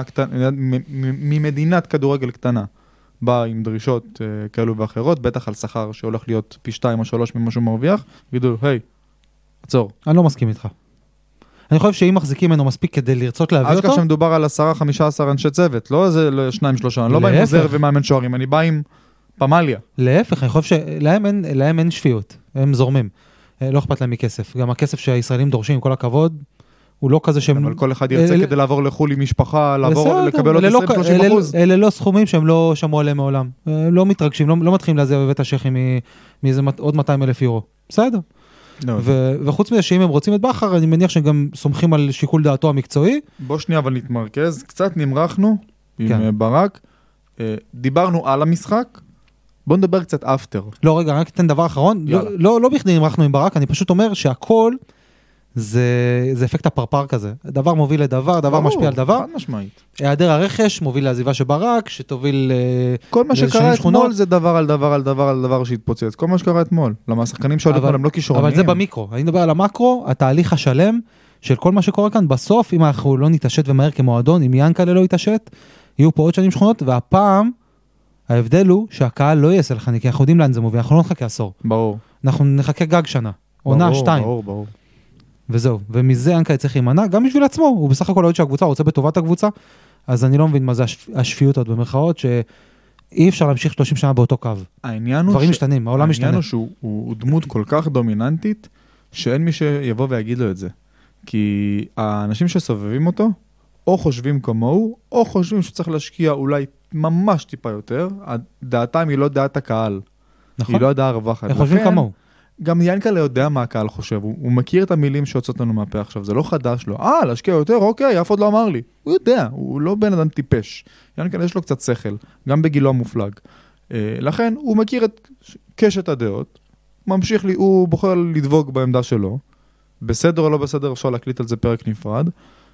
ממדינת כדורגל קטנה, בא עם דרישות כאלו ואחרות, בטח על שכר שהולך להיות פי 2 או 3 ממה שהוא מרוויח, יגידו, היי, עצור. אני לא מסכים איתך. אני חושב שאם מחזיקים ממנו מספיק כדי לרצות להביא אותו... אשכח שמדובר על 10-15 אנשי צוות, לא איזה 2-3, אני לא בא עם עוזר ומאמן שוערים, אני בא עם פמליה. להפך, אני חושב שלהם אין שפיות, הם זורמים, לא אכפת להם מכסף. גם הכסף שהישראלים דורשים, עם כל הכבוד, הוא לא כזה שהם... אבל כל אחד ירצה כדי לעבור לחול עם משפחה, לקבל עוד 20-30%. אלה לא סכומים שהם לא שמעו עליהם מעולם. לא מתרגשים, לא מתחילים להזיע בבית השכי מאיזה עוד 200,000 יורו. בסדר. וחוץ מזה שאם הם רוצים את בכר, אני מניח שהם גם סומכים על שיקול דעתו המקצועי. בוא שנייה אבל נתמרכז, קצת נמרחנו עם ברק, דיברנו על המשחק, בוא נדבר קצת אפטר. לא רגע, רק אתן דבר אחרון, לא בכדי נמרחנו עם ברק, אני פשוט אומר שהכל זה אפקט הפרפר כזה, דבר מוביל לדבר, דבר משפיע על דבר. חד משמעית. היעדר הרכש מוביל לעזיבה של ברק, שתוביל... כל מה שקרה אתמול זה דבר על דבר על דבר על דבר שהתפוצץ. כל מה שקרה אתמול. למה השחקנים שעוד אתמול הם לא כישרוניים. אבל זה במיקרו. אני מדבר על המקרו, התהליך השלם של כל מה שקורה כאן. בסוף, אם אנחנו לא נתעשת ומהר כמועדון, אם ינקלה לא יתעשת, יהיו פה עוד שנים שכונות, והפעם ההבדל הוא שהקהל לא יעשה לך, כי אנחנו יודעים לאן זה מוביל, אנחנו לא נחכה עשור. ברור. אנחנו נחכה גג שנה, עונה, 2. ברור. וזהו, ומזה ינקלה צריך להימנע, גם בשביל עצמו, הוא בסך הכל אוהד שהקבוצה, הוא רוצה בטובת הקבוצה, אז אני לא מבין מה זה השפיות עוד במרכאות, שאי אפשר להמשיך 30 שנה באותו קו. דברים משתנים, העולם משתנה. העניין הוא שהוא דמות כל כך דומיננטית, שאין מי שיבוא ויגיד לו את זה. כי האנשים שסובבים אותו, או חושבים כמוהו, או חושבים שצריך להשקיע אולי ממש טיפה יותר, דעתם היא לא דעת הקהל. נכון. היא לא הדעה הרווחת. הם חושבים כמוהו. גם ינקלה יודע מה הקהל חושב, הוא מכיר את המילים שיוצאות לנו מהפה עכשיו, זה לא חדש לו, להשקיע יותר, אוקיי, אף עוד לא אמר לי. הוא יודע, הוא לא בן אדם טיפש. ינקלה יש לו קצת שכל, גם בגילו המופלג. לכן הוא מכיר את קשת הדעות, ממשיך לי, הוא בוחר לדבוק בעמדה שלו, בסדר או לא בסדר, אפשר להקליט על זה פרק נפרד.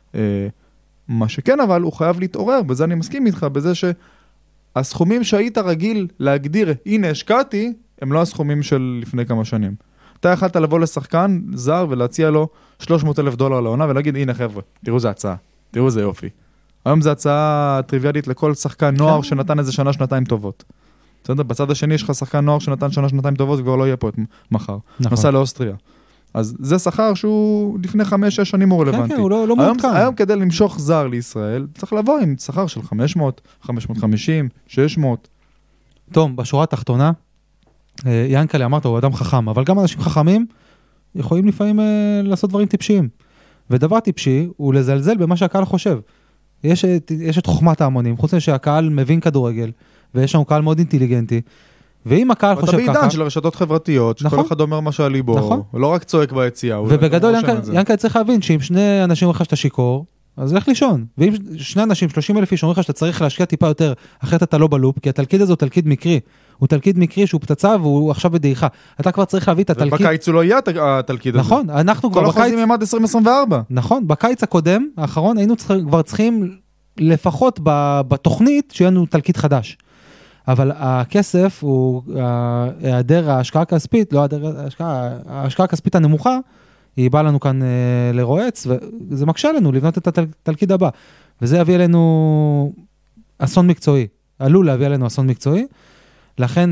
מה שכן, אבל הוא חייב להתעורר, בזה אני מסכים איתך, בזה שהסכומים שהיית רגיל להגדיר, הנה השקעתי, הם לא הסכומים של לפני כמה שנים. אתה יכלת לבוא לשחקן זר ולהציע לו $300,000 לעונה ולהגיד, הנה חבר'ה, תראו זה הצעה, תראו זה יופי. היום זה הצעה טריוויאלית לכל שחקן נוער שנתן איזה שנה-שנתיים טובות. בסדר? בצד השני יש לך שחקן נוער שנתן שנה-שנתיים טובות וכבר לא יהיה פה מחר. נסע לאוסטריה. אז זה שכר שהוא לפני 5-6 שנים הוא רלוונטי. כן, הוא לא מעודכן. היום כדי למשוך זר לישראל, צריך לבוא עם שכר של 500, 550, 600. טוב, בשורה התחתונה, ינקלה אמרת, הוא אדם חכם, אבל גם אנשים חכמים יכולים לפעמים לעשות דברים טיפשיים. ודבר טיפשי הוא לזלזל במה שהקהל חושב. יש את חוכמת ההמונים, חוץ שהקהל מבין כדורגל, ויש לנו קהל מאוד אינטליגנטי, ואם הקהל חושב ככה... אתה בעידן של הרשתות חברתיות, שכל אחד אומר מה שעל ליבו, לא רק צועק ביציאה. ובגדול ינקלה צריך להבין שאם שני אנשים אומרים לך שאתה שיכור, אז לך לישון. ואם שני אנשים, 30,000 איש, אומרים לך שאתה צריך להשקיע טיפה יותר, אחרת אתה לא בלופ, כי התלכיד הזה הוא תלכיד מקרי. הוא תלכיד מקרי שהוא פצצה והוא עכשיו בדעיכה. אתה כבר צריך להביא את התלכיד... ובקיץ הוא לא יהיה התלכיד הזה. נכון, אנחנו כבר בקיץ... כל החוזים הם עד 2024. נכון, בקיץ הקודם, האחרון, היינו כבר צריכים לפחות בתוכנית שיהיה לנו תלכיד חדש. אבל הכסף הוא היעדר ההשקעה הכספית, לא ההשקעה הכספית הנמוכה, היא באה לנו כאן לרועץ, וזה מקשה לנו לבנות את התלכיד הבא. וזה יביא אלינו אסון מקצועי, עלול להביא אלינו אסון מקצועי, לכן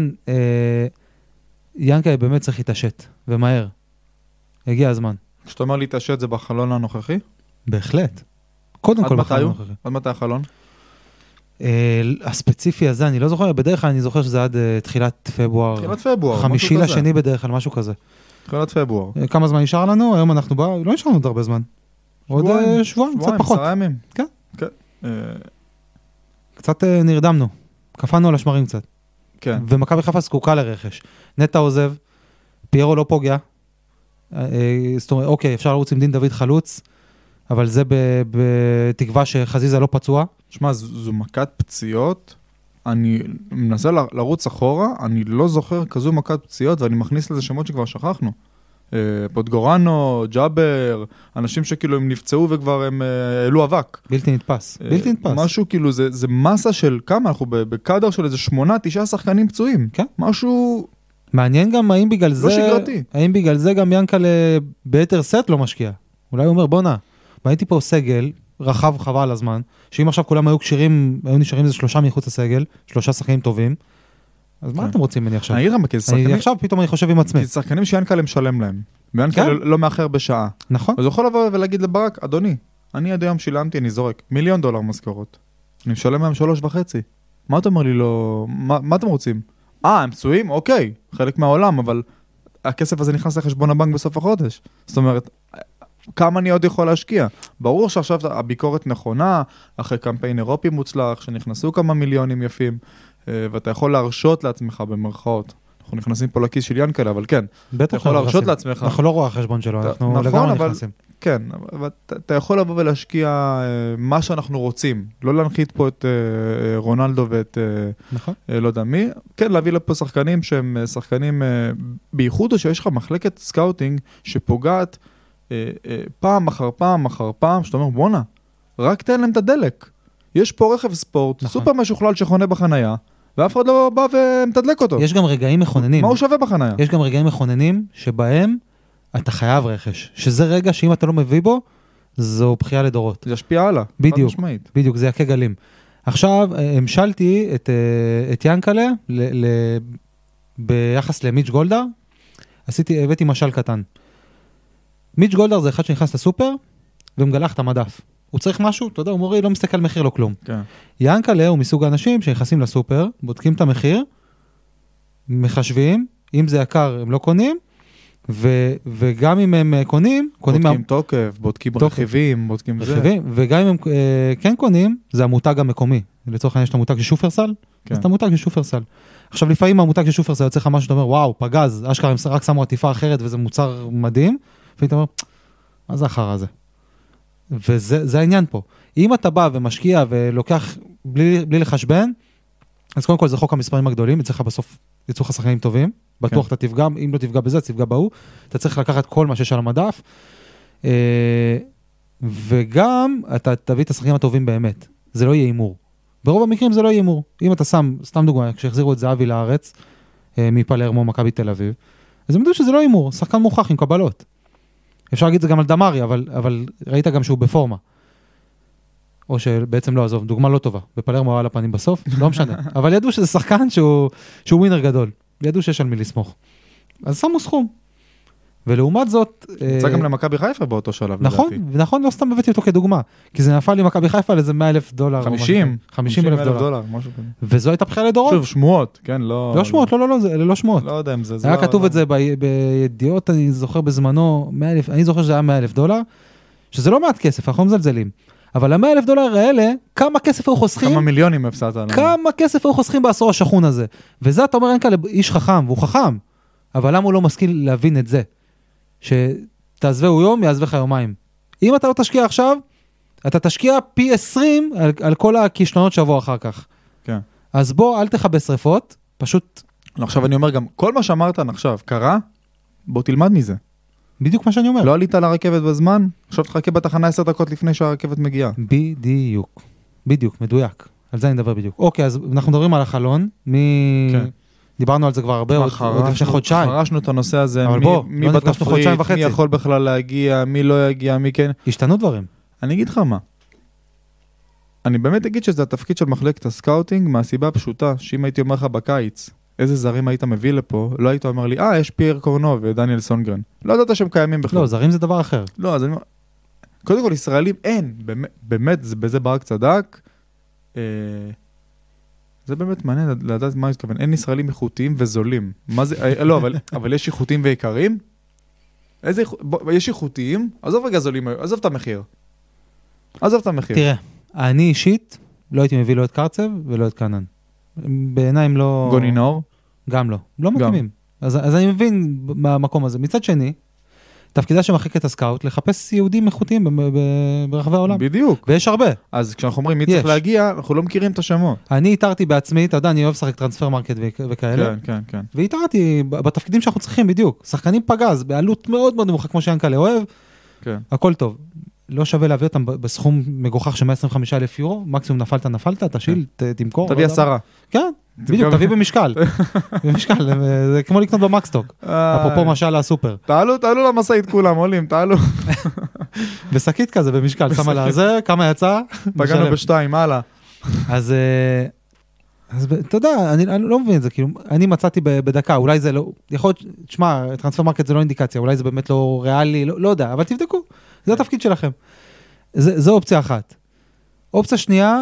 ינקלה באמת צריך להתעשת, ומהר. הגיע הזמן. כשאתה אומר להתעשת זה בחלון הנוכחי? בהחלט. קודם כל בחלון הנוכחי. עד מתי החלון? הספציפי הזה, אני לא זוכר, בדרך כלל אני זוכר שזה עד תחילת פברואר. תחילת פברואר. 5/2 בדרך כלל, משהו כזה. תחילת פברואר. כמה זמן נשאר לנו? היום אנחנו לא נשאר לנו עוד הרבה זמן. עוד שבועיים, קצת פחות. 10 ימים. כן. כן. קצת נרדמנו. קפנו על השמרים קצת. כן. ומכבי חיפה זקוקה לרכש. נטע עוזב, פיירו לא פוגע. זאת אומרת, אוקיי, אפשר לרוץ עם דין דוד חלוץ, אבל זה בתקווה שחזיזה לא פצוע. שמע, זו מכת פציעות, אני מנסה לרוץ אחורה, אני לא זוכר כזו מכת פציעות, ואני מכניס לזה שמות שכבר שכחנו. פוטגורנו, ג'אבר, אנשים שכאילו הם נפצעו וכבר הם העלו אבק. בלתי נתפס, בלתי נתפס. משהו כאילו, זה מסה של כמה, אנחנו בקדר של איזה 8-9 שחקנים פצועים. כן. משהו... מעניין גם האם בגלל זה... לא שגרתי. האם בגלל זה גם ינקלה ביתר סט לא משקיע. אולי הוא אומר, בוא נע, הייתי פה סגל, רחב חבל על הזמן, שאם עכשיו כולם היו קשירים, היו נשארים איזה 3 מחוץ לסגל, 3 שחקנים טובים, אז מה אתם רוצים ממני עכשיו? אני עכשיו פתאום אני חושב עם עצמי. כי שחקנים שיינקלה משלם להם, ויינקלה לא מאחר בשעה. נכון. אז הוא יכול לבוא ולהגיד לברק, אדוני, אני עד היום שילמתי, אני זורק $1,000,000 משכורות. אני משלם להם 3.5. מה אתה אומר לי לא... מה אתם רוצים? הם פצועים? אוקיי, חלק מהעולם, אבל הכסף הזה נכנס לחשבון הבנק בסוף החודש. זאת אומרת, כמה אני עוד יכול להשקיע? ברור שעכשיו הביקורת נכונה, אחרי קמפיין אירופי מוצלח, שנכנסו כמה מיליונים יפים, ואתה יכול להרשות לעצמך במרכאות. אנחנו נכנסים פה לכיס של ינקלה, אבל כן, אתה יכול להרשות לעצמך. אנחנו לא רואה החשבון שלו, אנחנו לגמרי נכנסים. כן, אבל אתה יכול לבוא ולהשקיע מה שאנחנו רוצים, לא להנחית פה את רונלדו ואת לא יודע מי, כן, להביא לפה שחקנים שהם שחקנים בייחוד, או שיש לך מחלקת סקאוטינג שפוגעת פעם אחר פעם אחר פעם, שאתה אומר, בונה, רק תן להם את הדלק. יש פה רכב ספורט, סופר משוכלל שחונה בחנייה, ואף אחד לא בא ומתדלק אותו. יש גם רגעים מכוננים. מה הוא שווה בחנייה? יש גם רגעים מכוננים שבהם אתה חייב רכש. שזה רגע שאם אתה לא מביא בו, זו בחייה לדורות. זה ישפיע הלאה. בדיוק, בדיוק, זה יכה גלים. עכשיו, המשלתי את ינקלה ביחס למיץ' גולדהר, הבאתי משל קטן. מיץ' גולדהר זה אחד שנכנס לסופר, ומגלח את המדף. הוא צריך משהו, אתה יודע, הוא מורי, לא מסתכל על מחיר, לא כלום. כן. ינקלה הוא מסוג האנשים שנכנסים לסופר, בודקים את המחיר, מחשבים, אם זה יקר הם לא קונים, וגם אם הם קונים, בודקים תוקף, בודקים רכיבים, בודקים זה. וגם אם הם כן קונים, זה המותג המקומי. לצורך העניין יש את המותג של שופרסל, אז את המותג של שופרסל. עכשיו לפעמים המותג של שופרסל יוצא לך משהו שאתה אומר, וואו, פגז, אשכרה הם רק שמו עטיפה אחרת וזה מוצר מדהים, ואתה אומר, מה זה אחר הזה? וזה העניין פה. אם אתה בא ומשקיע ולוקח בלי לחשבן, אז קודם כל זה חוק המספרים הגדולים, יצא לך בסוף, יצאו לך שחקנים טובים, בטוח אתה תפגע, אם לא תפגע בזה, תפגע בהוא, אתה צריך לקחת כל מה שיש על המדף, וגם אתה תביא את השחקנים הטובים באמת, זה לא יהיה אימור. ברוב המקרים זה לא יהיה אימור. אם אתה שם, סתם דוגמה, כשהחזירו את זהבי לארץ, מפלרמו, מכבי תל אביב, אז הם ידעו שזה לא אימור, שחקן מוכח עם קבלות. אפשר להגיד את זה גם על דמרי, אבל ראית גם שהוא בפורמה. או שבעצם לא, עזוב, דוגמה לא טובה. בפלרמו היה על הפנים בסוף, לא משנה. אבל ידעו שזה שחקן שהוא ווינר גדול. ידעו שיש על מי לסמוך. אז שמו סכום. ולעומת זאת... יצא גם למכבי חיפה באותו שלב, נכון, נכון, לא סתם הבאתי אותו כדוגמה. כי זה נפל למכבי חיפה על איזה $100,000. 50,000 דולר, משהו כזה. וזו הייתה בחירה לדורות. שוב, שמועות, כן, לא... לא שמועות, לא, זה לא שמועות. לא יודע אם זה... היה כתוב את זה בידיעות, אני זוכר בזמנו, אני זוכר שזה היה $100,000, שזה לא מעט כסף, אנחנו מזלזלים. אבל $100,000 האלה, כמה כסף היו חוסכים? כמה מיליונים הפסדת עליהם. כמה כסף היו חוסכים בעשור השכון הזה. וזה אתה אומר, אין כאלה איש חכם, והוא חכם. אבל למה הוא לא משכיל להבין את זה? שתעזבהו יום, יעזבך יומיים. אם אתה לא תשקיע עכשיו, אתה תשקיע פי 20 על כל הכישלונות שבוע אחר כך. כן. אז בוא, אל תחבא שריפות, פשוט... עכשיו אני אומר גם, כל מה שאמרת עכשיו קרה, בוא תלמד מזה. בדיוק מה שאני אומר. לא עלית לרכבת בזמן, עכשיו תחכה בתחנה 10 דקות לפני שהרכבת מגיעה. בדיוק, מדויק. על זה אני מדבר בדיוק. אוקיי, אז אנחנו מדברים על החלון, כן. דיברנו על זה כבר הרבה, עוד לפני חודשיים. חרשנו את הנושא הזה, מי בתפריט, מי יכול בכלל להגיע, מי לא יגיע, מי כן. השתנו דברים. אני אגיד לך מה. אני באמת אגיד שזה התפקיד של מחלקת הסקאוטינג, מהסיבה הפשוטה, שאם הייתי אומר לך בקיץ, איזה זרים היית מביא לפה, לא היית אומר לי, יש פייר קורנו ודניאל סונגרן. לא ידעת שהם קיימים בכלל. לא, זרים זה דבר אחר. לא, אז אני אומר, קודם כל ישראלים אין, באמת, בזה ברק צדק, זה באמת מעניין לדעת מה מתכוון. אין ישראלים איכותיים וזולים. מה זה? לא, אבל יש איכותיים ויקרים? יש איכותיים? עזוב רגע זולים, עזוב את המחיר. תראה, אני אישית לא הייתי מביא לא את קרצב ולא את קנן. בעיניים לא... גונינור? גם לא. לא מתאימים. אז אני מבין במקום הזה. מצד שני, תפקידה שמחלקת הסקאוט, לחפש יהודים איכותיים ברחבי העולם. בדיוק. ויש הרבה. אז כשאנחנו אומרים מי צריך להגיע, אנחנו לא מכירים את השמות. אני איתרתי בעצמי, אתה יודע, אני אוהב לשחק טרנספר מרקט וכאלה. כן. ואיתרתי בתפקידים שאנחנו צריכים בדיוק. שחקנים פגז, בעלות מאוד מאוד נמוכה, כמו שיאנקל'ה אוהב. כן. הכל טוב. לא שווה להביא אותם בסכום מגוחך של 125,000 יורו, מקסימום נפלת, תשיל, תמכור. תביא 10. כן, בדיוק, תביא במשקל. במשקל, זה כמו לקנות במקסטוק. אפרופו מה שעלה הסופר. תעלו למסעית כולם, עולים, תעלו. בשקית כזה, במשקל, שמה לה זה, כמה יצא? פגענו בשתיים, הלאה. אז אתה יודע, אני לא מבין את זה, כאילו, אני מצאתי בדקה, אולי זה לא, יכול להיות, תשמע, טרנספר מרקט זה לא אינדיקציה, אולי זה באמת לא ריאלי, לא יודע, אבל תבדקו, זה התפקיד שלכם. זו אופציה אחת. אופציה שנייה,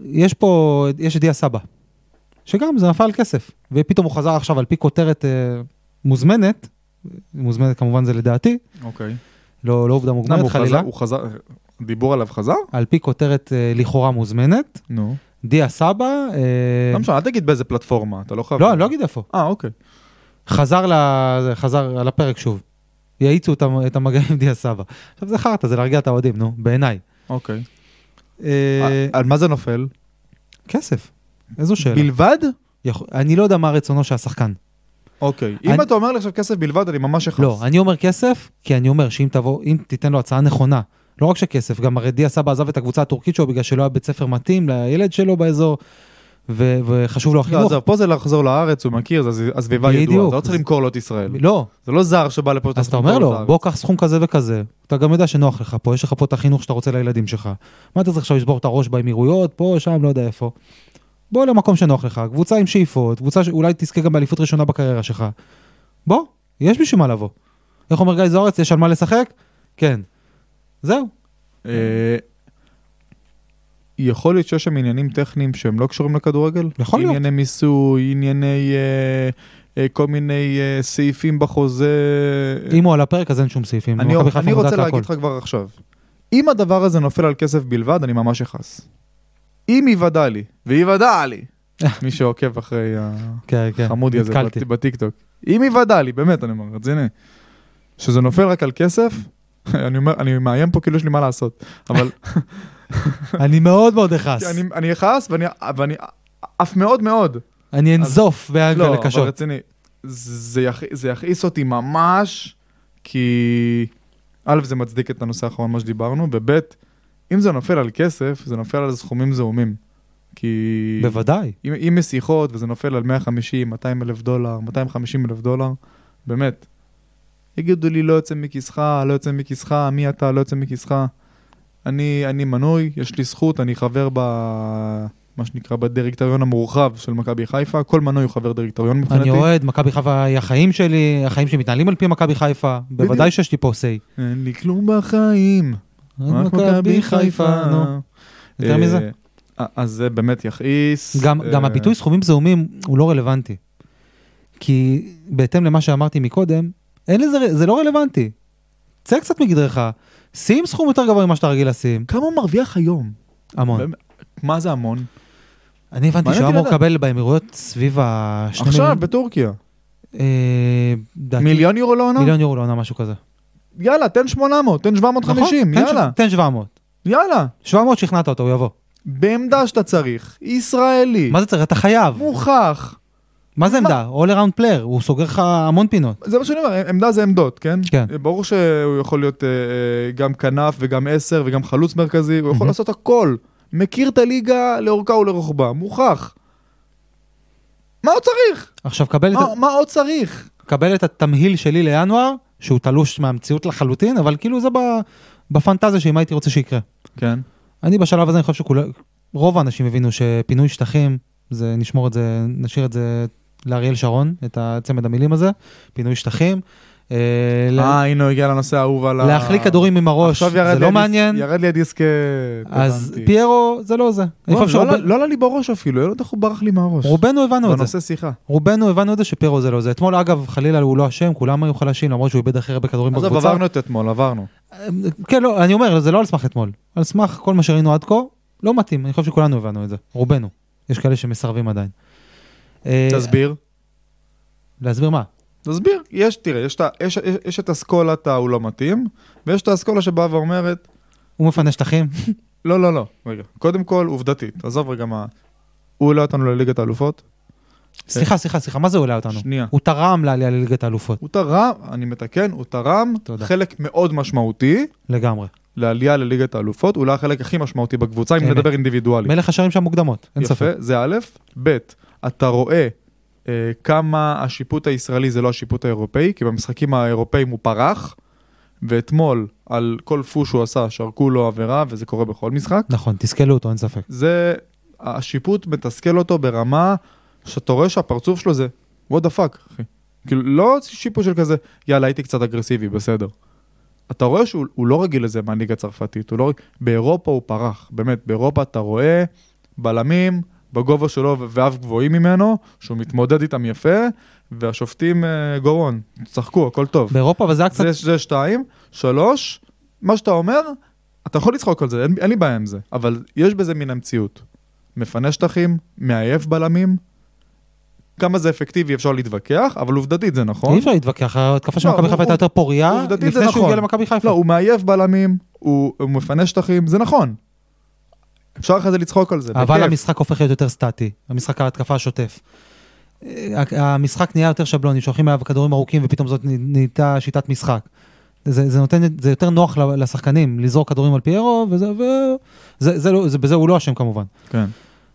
יש דיה סבא, שגם זה נפל כסף, ופתאום הוא חזר עכשיו על פי כותרת מוזמנת כמובן זה לדעתי, אוקיי. לא עובדה מוגמרת חלילה. הוא חזר, דיבור עליו חזר? על פי כותרת לכאורה מוזמנת. נו. דיה סבא. לא משנה, אל תגיד באיזה פלטפורמה, אתה לא חייב. לא, אני לא אגיד איפה. אוקיי. חזר על הפרק שוב. יעיצו את המגעים עם דיה סבא. עכשיו זה חרטה, זה להרגיע את האוהדים, נו, בעיניי. אוקיי. על מה זה נופל? כסף. איזו שאלה. בלבד? אני לא יודע מה רצונו של השחקן. אוקיי. אם אתה אומר לי עכשיו כסף בלבד, אני ממש אחס. לא, אני אומר כסף, כי אני אומר שאם תיתן לו הצעה נכונה, לא רק שכסף, גם הרי דיה סבא עזב את הקבוצה הטורקית שלו, בגלל שלא היה בית ספר מתאים לילד שלו באזור, וחשוב לו החינוך. לא, פה זה לחזור לארץ, הוא מכיר, זה הסביבה ידועה, אתה לא צריך למכור לו את ישראל. לא. זה לא זר שבא לפה, אז אתה אומר לו, בוא קח סכום כזה וכזה, אתה גם יודע שנוח לך פה, יש לך פה את החינוך שאתה רוצה לילדים שלך. מה אתה צריך עכשיו לשבור את הראש באמירויות, פה, שם, לא יודע איפה. בוא למקום שנוח לך, קבוצה עם שאיפות, קבוצה שאולי תזכה גם באליפות ראשונה בקריירה שלך. בוא, יש בשביל מה לבוא. איך אומר גיא זוארץ, יש על מה לשחק? כן. זהו. יכול להיות שיש שם עניינים טכניים שהם לא קשורים לכדורגל? יכול להיות. ענייני מיסוי, ענייני כל מיני סעיפים בחוזה. אם הוא על הפרק, אז אין שום סעיפים. אני רוצה להגיד לך כבר עכשיו, אם הדבר הזה נופל על כסף בלבד, אני ממש אכעס. אם יוודע לי, ויוודע לי, מי שעוקב אחרי החמודי הזה בטיקטוק, אם יוודע לי, באמת, אני אומר, רציני, שזה נופל רק על כסף, אני מאיים פה כאילו יש לי מה לעשות, אבל... אני מאוד מאוד אכעס. אני אכעס, ואני אף מאוד מאוד. אני אנזוף באנגל לקשות. לא, אבל רציני, זה יכעיס אותי ממש, כי א', זה מצדיק את הנושא האחרון מה שדיברנו, וב', אם זה נופל על כסף, זה נופל על סכומים זעומים. כי... בוודאי. אם משיחות, וזה נופל על 150, 200 אלף דולר, 250 אלף דולר, באמת. יגידו לי, לא יוצא מכיסך, לא יוצא מכיסך, מי אתה, לא יוצא מכיסך. אני מנוי, יש לי זכות, אני חבר מה שנקרא בדירקטוריון המורחב של מכבי חיפה, כל מנוי הוא חבר דירקטוריון מבחינתי. אני אוהד, מכבי חיפה היא החיים שלי, החיים שמתנהלים על פי מכבי חיפה, בוודאי שיש לי פה סי. אין לי כלום בחיים, רק מכבי חיפה, נו. יותר מזה? אז זה באמת יכעיס. גם הביטוי סכומים זעומים הוא לא רלוונטי. כי בהתאם למה שאמרתי מקודם, זה לא רלוונטי. צא קצת מגדרך, שים סכום יותר גבוה ממה שאתה רגיל לשים. כמה הוא מרוויח היום? המון. מה זה המון? אני הבנתי שהוא אמור לקבל באמירויות סביב עכשיו, בטורקיה. מיליון יורו לעונה? מיליון יורו לעונה, משהו כזה. יאללה, תן 800, תן 750, יאללה. תן 700. יאללה. 700 שכנעת אותו, הוא יבוא. בעמדה שאתה צריך, ישראלי. מה זה צריך? אתה חייב. מוכח. מה זה עמדה? all around player, הוא סוגר לך המון פינות. זה מה שאני אומר, עמדה זה עמדות, כן? כן. ברור שהוא יכול להיות גם כנף וגם 10 וגם חלוץ מרכזי, הוא יכול לעשות הכל. מכיר את הליגה לאורכה ולרוחבה, מוכח. מה עוד צריך? עכשיו, מה עוד צריך? קבל את התמהיל שלי לינואר, שהוא תלוש מהמציאות לחלוטין, אבל כאילו זה בפנטזיה שאם הייתי רוצה שיקרה. כן. אני בשלב הזה, אני חושב שרוב האנשים הבינו שפינוי שטחים, נשאיר את זה לאריאל שרון, את הצמד המילים הזה, פינוי שטחים. הנה, הגיע לנושא האהוב על להחליק כדורים עם הראש, זה לא מעניין. ירד לי הדיסק. אז פיירו, זה לא זה. לא עלה לי בראש אפילו, לא יודע איך הוא ברח לי מהראש. רובנו הבנו את זה. בנושא שיחה. רובנו הבנו את זה שפיירו זה לא זה. אתמול, אגב, חלילה הוא לא אשם, כולם היו חלשים, למרות שהוא איבד הכי הרבה כדורים בקבוצה. אז עברנו את אתמול, עברנו. כן, לא, אני אומר, זה לא על סמך אתמול. על סמך כל מה שראינו עד כה, לא מתאים. אני חושב שכולנו הבנו את זה. רובנו. יש כאלה שמסרבים עדיין. תסביר. להסביר מה? תסביר. תראה, יש את אסכולת הוא לא מתאים, ויש את האסכולה שבאה ואומרת... הוא מפנה שטחים? לא. רגע. קודם כל, עובדתית. עזוב רגע מה... הוא עולה אותנו לליגת האלופות? סליחה. מה זה עולה אותנו? שנייה. הוא תרם לעלייה לליגת האלופות. הוא תרם, אני מתקן, הוא תרם חלק מאוד משמעותי. לגמרי. לעלייה לליגת האלופות, אולי החלק הכי משמעותי בקבוצה, אם נדבר אינדיבידואלי. מלך השערים שם מוקדמות, אין ספק. יפה, זה א', ב', אתה רואה כמה השיפוט הישראלי זה לא השיפוט האירופאי, כי במשחקים האירופאים הוא פרח, ואתמול על כל פוש שהוא עשה, שרקו לו עבירה, וזה קורה בכל משחק. נכון, תסכלו אותו, אין ספק. השיפוט מתסכל אותו ברמה, שאתה רואה שהפרצוף שלו זה, what the fuck, אחי. כאילו, לא שיפוט של כזה, יאללה, הייתי קצת אגרסיבי, בסדר. אתה רואה שהוא לא רגיל לזה מהליגה הצרפתית, באירופה הוא פרח, באמת, באירופה אתה רואה בלמים, בגובה שלו ואף גבוהים ממנו, שהוא מתמודד איתם יפה, והשופטים גורון, צחקו, הכל טוב. באירופה, וזה קצת... זה 2, 3, מה שאתה אומר, אתה יכול לצחוק על זה, אין לי בעיה עם זה, אבל יש בזה מן המציאות. מפנה שטחים, מעייף בלמים, כמה זה אפקטיבי אפשר להתווכח, אבל עובדתית זה נכון. אי אפשר להתווכח, התקפה של מכבי חיפה הייתה יותר פוריה, לפני שהוא הגיע למכבי חיפה. לא, הוא מעייף בלמים, הוא מפנה שטחים, זה נכון. אפשר אחרי זה לצחוק על זה. אבל המשחק הופך להיות יותר סטטי, המשחק ההתקפה השוטף. המשחק נהיה יותר שבלוני, שולחים עליו כדורים ארוכים, ופתאום זאת נהייתה שיטת משחק. זה יותר נוח לשחקנים, לזרוק כדורים על פיירו, ובזה הוא לא אשם כמובן. כן.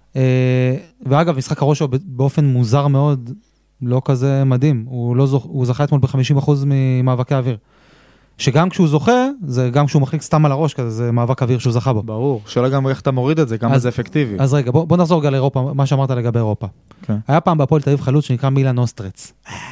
ואגב, משחק הראש הוא באופן מוזר מאוד, לא כזה מדהים. הוא זכה אתמול ב-50% ממאבקי האוויר. שגם כשהוא זוכה, זה גם כשהוא מחליק סתם על הראש, כזה, זה מאבק אוויר שהוא זכה בו. ברור, שאלה גם איך אתה מוריד את זה, כמה זה אפקטיבי. אז רגע, בוא נחזור רגע לאירופה, מה שאמרת לגבי אירופה. היה פעם בהפועל תל אביב חלוץ שנקרא מילאן אוסטרץ.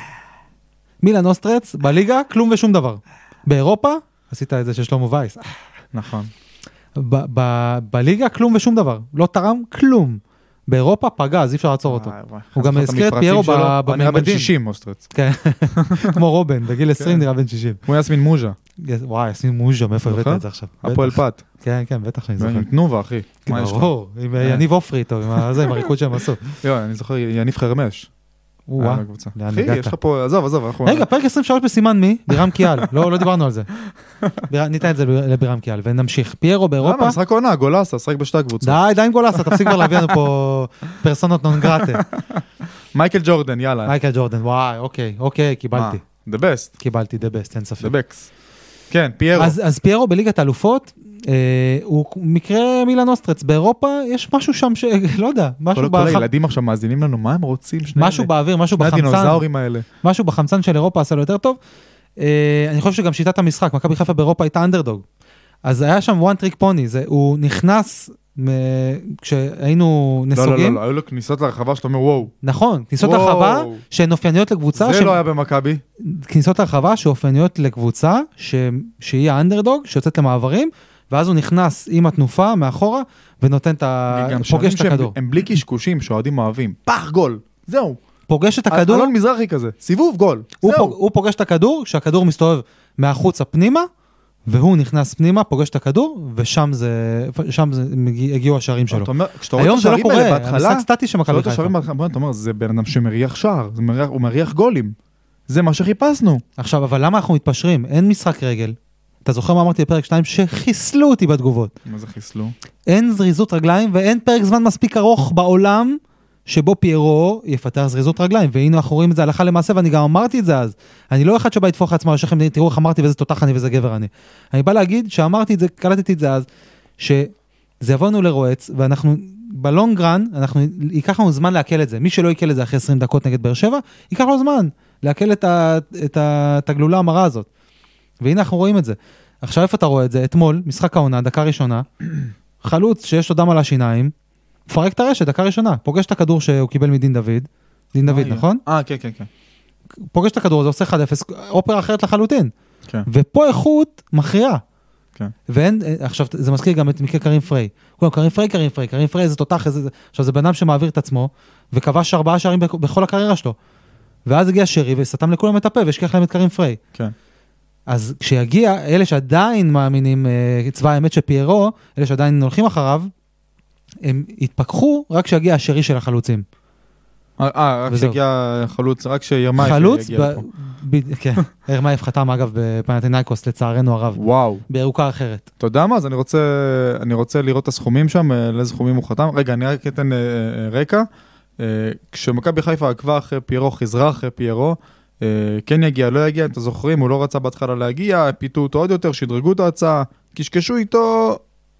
מילאן אוסטרץ, בליגה, כלום ושום דבר. באירופה, עשית את זה של שלמה וייס. נכון. בליגה, כלום ושום דבר. לא תרם, כלום. באירופה פגע, אז אי אפשר לעצור אותו. הוא גם הזכיר את פיירו בממדים. אני נראה בן 60, אוסטרץ. כן, כמו רובן, בגיל 20 נראה בן 60. כמו יסמין מוז'ה. וואי, יסמין מוז'ה, מאיפה הבאת את זה עכשיו? הפועל פת. כן, כן, בטח אני זוכר. עם תנובה, אחי. מה יש לך? ברור, עם יניב אופרי איתו, עם הריקוד שהם עשו. אני זוכר, יניב חרמש. וואה, אחי, יש לך פה, עזוב. רגע, פרק 23 בסימן מי? בירם קיאל, לא דיברנו על זה. ניתן את זה לבירם קיאל, ונמשיך. פיירו באירופה. למה, משחק עונה, גולסה, שחק בשתי הקבוצות. די עם גולסה, תפסיק כבר להביא לנו פה פרסונות נון גרטה. מייקל ג'ורדן, יאללה. מייקל ג'ורדן, וואי, אוקיי, קיבלתי. The best. קיבלתי, the best, אין ספק. The best. כן, פיירו. אז פיירו בליגת האלופות, הוא מקרה מילאן אוסטרץ. באירופה יש משהו שם לא יודע, משהו כל הילדים עכשיו מאזינים לנו, מה הם רוצים? משהו באוויר, משהו בחמצן. הדינוזאורים האלה. משהו בחמצן של אירופה עשה לו יותר טוב. אני חושב שגם שיטת המשחק, מכבי חיפה באירופה הייתה אנדרדוג. אז היה שם one trick pony, הוא נכנס כשהיינו נסוגים. לא, היו לו כניסות לרחבה שאתה אומר וואו. נכון, כניסות לרחבה שהן אופייניות לקבוצה. זה לא היה במכבי. כניסות לרחבה שאופייניות לקבוצה שהיא האנדרדוג, שיוצאת למעברים, ואז הוא נכנס עם התנופה מאחורה, ונותן פוגש את הכדור. הם בלי קשקושים שאוהדים אוהבים. פח גול, זהו. פוגש את הכדור. אלון מזרחי כזה, סיבוב גול, זהו. הוא פוגש את הכדור, כשהכדור מסתובב מהחוץ הפנימה, והוא נכנס פנימה, פוגש את הכדור, ושם הגיעו השערים שלו. היום זה לא קורה, המשחק סטטי שמכבי חיפה. אתה אומר, זה בן אדם שמריח שער, הוא מריח גולים. זה מה שחיפשנו. עכשיו, אבל למה אנחנו מתפשרים? אין משחק רגל. אתה זוכר מה אמרתי בפרק 2? שחיסלו אותי בתגובות. מה זה חיסלו? אין זריזות רגליים, ואין פרק זמן מספיק ארוך בעולם, שבו פיירו יפתח זריזות רגליים, והנה אנחנו רואים את זה הלכה למעשה, ואני גם אמרתי את זה אז. אני לא אחד שבא לתפוח עצמה, שכם, תראו איך אמרתי, ואיזה תותח אני ואיזה גבר אני. אני בא להגיד שאמרתי את זה, קלטתי את זה אז, שזה יבואנו לרועץ, ואנחנו בלונגרן, ייקח לנו זמן להקל את זה. מי שלא יקל את זה אחרי 20 דקות נגד באר שבע, ייקח לו זמן להקל את הגלולה המרה הזאת. והנה אנחנו רואים את זה. עכשיו איפה אתה רואה את זה? אתמול, משחק העונה, דקה ראשונה, חלוץ שיש לו דם על השיניים, פרק את הרשת, דקה ראשונה, פוגש את הכדור שהוא קיבל מדין דוד, דין דוד, נכון? כן. פוגש את הכדור, זה עושה 1-0, אופרה אחרת לחלוטין. כן. ופה איכות מכריעה. כן. ואין, עכשיו, זה מזכיר גם את מקרה קרים פריי. קרים פריי זה תותח, עכשיו זה בנם שמעביר את עצמו, וכבש 4 שערים בכל הקריירה שלו. ואז הגיע שרי וסתם לכולם את הפה, והשכח להם את קרים פריי. כן. אז כשיגיע, אלה שעדיין מאמינים, צבא האמת שפיירו, אלה שעדיין הולכים אחריו, הם התפכחו רק כשיגיע השרי של החלוצים. רק כשיגיע חלוץ, רק שירמייף יגיע לפה. כן, ירמייף חתם אגב בפנתינייקוס, לצערנו הרב. וואו. בירוקה אחרת. אתה יודע מה? אז אני רוצה לראות את הסכומים שם, לאיזה סכומים הוא חתם. רגע, אני רק אתן רקע. כשמכבי חיפה עקבה אחרי פיירו, חזרה אחרי פיירו, כן יגיע, לא יגיע, אתם זוכרים, הוא לא רצה בהתחלה להגיע, פיתו אותו עוד יותר, שדרגו את ההצעה, קשקשו איתו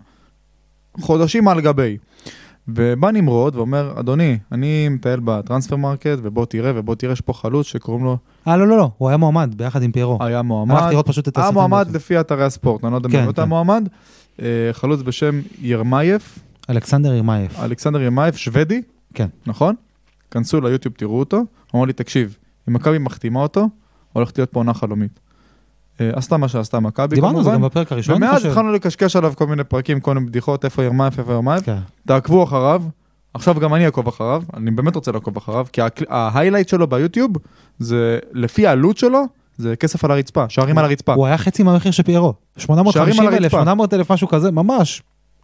חודשים על גבי. ובא נמרוד ואומר, אדוני, אני מטייל בטרנספר מרקט, ובוא תראה שפה חלוץ שקוראים לו... לא, הוא היה מועמד ביחד עם פיירו. היה מועמד. הלכתי לראות פשוט את היה מועמד לפי אתרי הספורט, אני לא יודע מי אותה מועמד. חלוץ בשם ירמייף. אלכסנדר ירמייף, שוודי. כן. נכון? כנסו ליוטיוב, תראו אותו. אמרו לי, תקשיב, אם מכבי מחתימה אותו, הולכת להיות פה עונה חלומית. עשתה מה שעשתה מכבי, דיברנו על זה גם בפרק הראשון. ומאז התחלנו לקשקש עליו כל מיני פרקים, כל מיני בדיחות, איפה ירמייף. תעקבו אחריו, עכשיו גם אני אעקוב אחריו, אני באמת רוצה לעקוב אחריו, כי ההיילייט שלו ביוטיוב, זה לפי העלות שלו, זה כסף על הרצפה, שערים על הרצפה. הוא היה חצי מהמחיר של פיירו, 850,000, 800,000, משהו כזה, ממש,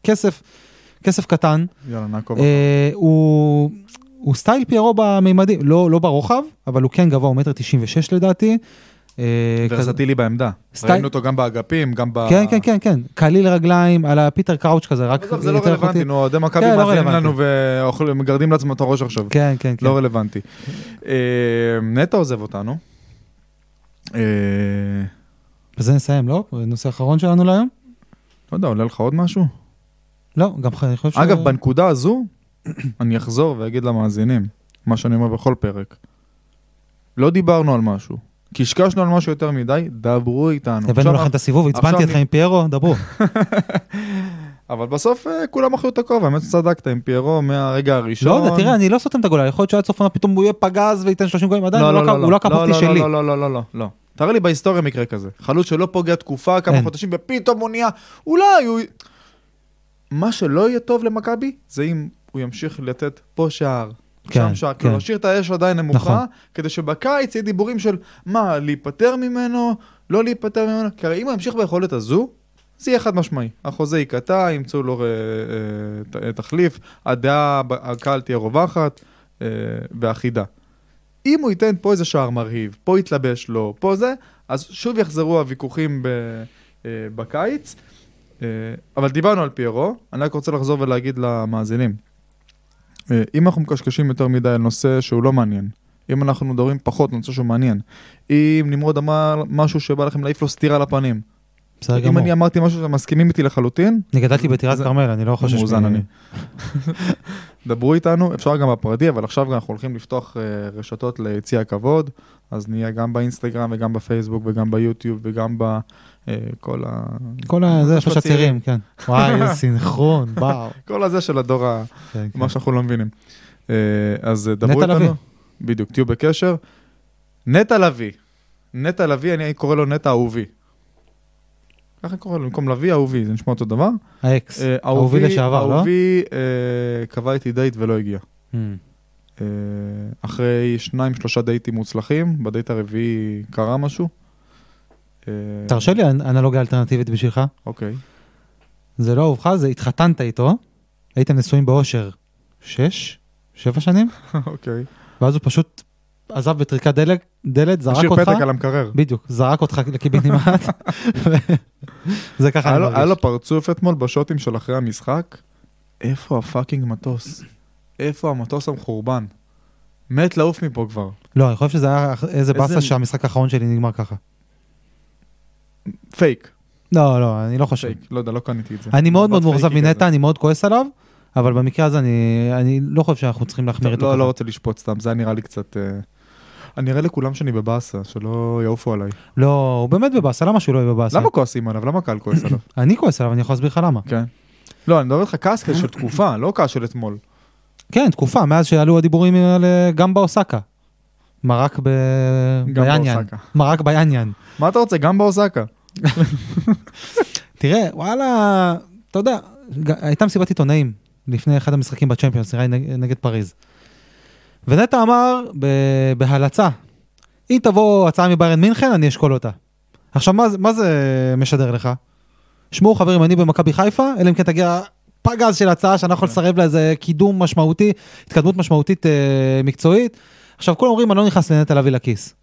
כסף קטן. יאללה, נעקוב אחריו. הוא סטייל פיירו במימדים, לא ברוחב, אבל הוא כן גבוה, הוא 1.96 לדעתי. ורסטילי בעמדה. ראינו אותו גם באגפים, גם ב... כן. קליל רגליים, על הפיטר קראוץ' כזה, רק... זה לא רלוונטי, נו, עדי מכבי מאזינים לנו ומגרדים לעצמו את הראש עכשיו. כן. לא רלוונטי. נטע עוזב אותנו. בזה נסיים, לא? נושא האחרון שלנו להיום? לא יודע, עולה לך עוד משהו? לא, גם אני חושב ש... אגב, בנקודה הזו, אני אחזור ואגיד למאזינים, מה שאני אומר בכל פרק. לא דיברנו על משהו. קשקשנו על משהו יותר מדי, דברו איתנו. הבאנו לכם את הסיבוב, הצבנתי אתכם עם פיירו, דברו. אבל בסוף כולם אחרו את הכובע, באמת צדקת עם פיירו מהרגע הראשון. לא יודע, תראה, אני לא סותם את הגולה, יכול להיות שעד סוף פתאום הוא יהיה פגז וייתן 30 גולים, עדיין הוא לא הקפופטי שלי. לא. תראה לי בהיסטוריה מקרה כזה. חלוץ שלא פוגע תקופה, כמה חודשים, ופתאום הוא נהיה, אולי הוא... מה שלא יהיה טוב למכבי, זה אם הוא ימשיך לתת פה שער, כן, שם שער, כן. כאילו, להשאיר את האש עדיין נמוכה, נכון. כדי שבקיץ יהיה דיבורים של מה, להיפטר ממנו, לא להיפטר ממנו, כי הרי אם הוא ימשיך ביכולת הזו, זה יהיה חד משמעי. החוזה יקטע, ימצאו לו תחליף, הדעה, הקהל תהיה רווחת ואחידה. אם הוא ייתן פה איזה שער מרהיב, פה יתלבש לו, פה זה, אז שוב יחזרו הוויכוחים בקיץ. אבל דיברנו על פיירו, אני רק רוצה לחזור ולהגיד למאזינים. אם אנחנו מקשקשים יותר מדי על נושא שהוא לא מעניין, אם אנחנו מדברים פחות על נושא שהוא מעניין, אם נמרוד אמר משהו שבא לכם להעיף לו סתירה לפנים, אם אני אמרתי משהו שמסכימים איתי לחלוטין, אני גדלתי בטירת כרמל, אני לא חושש. מאוזן אני. דברו איתנו, אפשר גם בפרטי, אבל עכשיו אנחנו הולכים לפתוח רשתות ליציע הכבוד, אז נהיה גם באינסטגרם וגם בפייסבוק וגם ביוטיוב וגם בכל ה... כל הזה של הצעירים, כן. וואי, איזה סינכרון, וואו. כל הזה של הדור, מה שאנחנו לא מבינים. אז דברו נטע לביא. איתנו. בדיוק, תהיו בקשר. נטע לביא, אני קורא לו נטע אהובי. ככה קורא לו, במקום לביא, אהובי, זה נשמע אותו דבר. האקס, אהובי לשעבר, לא? אהובי קבע איתי דייט ולא הגיע. אחרי 2-3 דייטים מוצלחים, בדייט הרביעי קרה משהו. תרשה לי אנלוגיה אלטרנטיבית בשבילך. אוקיי. זה לא אהובך, זה התחתנת איתו, הייתם נשואים באושר 6-7 שנים, אוקיי. ואז הוא פשוט עזב בטריקת דלת, זרק השאיר אותך. פתק על המקרר. בדיוק, זרק אותך לקיבינימט. זה ככה אני מרגיש. היה לו פרצוף אתמול בשוטים של אחרי המשחק. איפה הפאקינג מטוס? איפה המטוס המחורבן? מת לעוף מפה כבר. לא, אני חושב שזה היה איזה באסה שהמשחק האחרון שלי נגמר ככה. פייק. לא, אני לא חושב. פייק, לא יודע, לא קניתי את זה. אני מאוד מאוד מורזב מנטע, אני מאוד כועס עליו, אבל במקרה הזה אני לא חושב שאנחנו צריכים להחמיר את לא, אותו. לא רוצה לשפוט סתם, זה נראה לי קצת... אני נראה לכולם שאני בבאסה, שלא יעופו עליי. לא, הוא באמת בבאסה, למה שהוא לא יהיה בבאסה? למה כועסים עליו? למה קהל כועס עליו? אני כועס עליו, אני יכול להסביר לך למה. כן. לא, אני מדבר לך כעס של תקופה, לא כעס של אתמול. כן, תקופה, מאז שעלו הדיבורים האלה גם באוסקה. מרק ביאניאן. מרק ביאניאן. מה אתה רוצה? גם באוסקה. תראה, וואלה, אתה יודע, הייתה מסיבת עיתונאים לפני אחד המשחקים בצ'מפיונס, נראה נגד פריז. ונטע אמר בהלצה, אם תבוא הצעה מביירן מינכן, אני אשקול אותה. עכשיו, מה זה משדר לך? שמעו חברים, אני במכבי חיפה, אלא אם כן תגיע פגז של הצעה, שאני יכול לסרב לאיזה קידום משמעותי, התקדמות משמעותית מקצועית. עכשיו, כולם אומרים, אני לא נכנס לנטע לביא לכיס.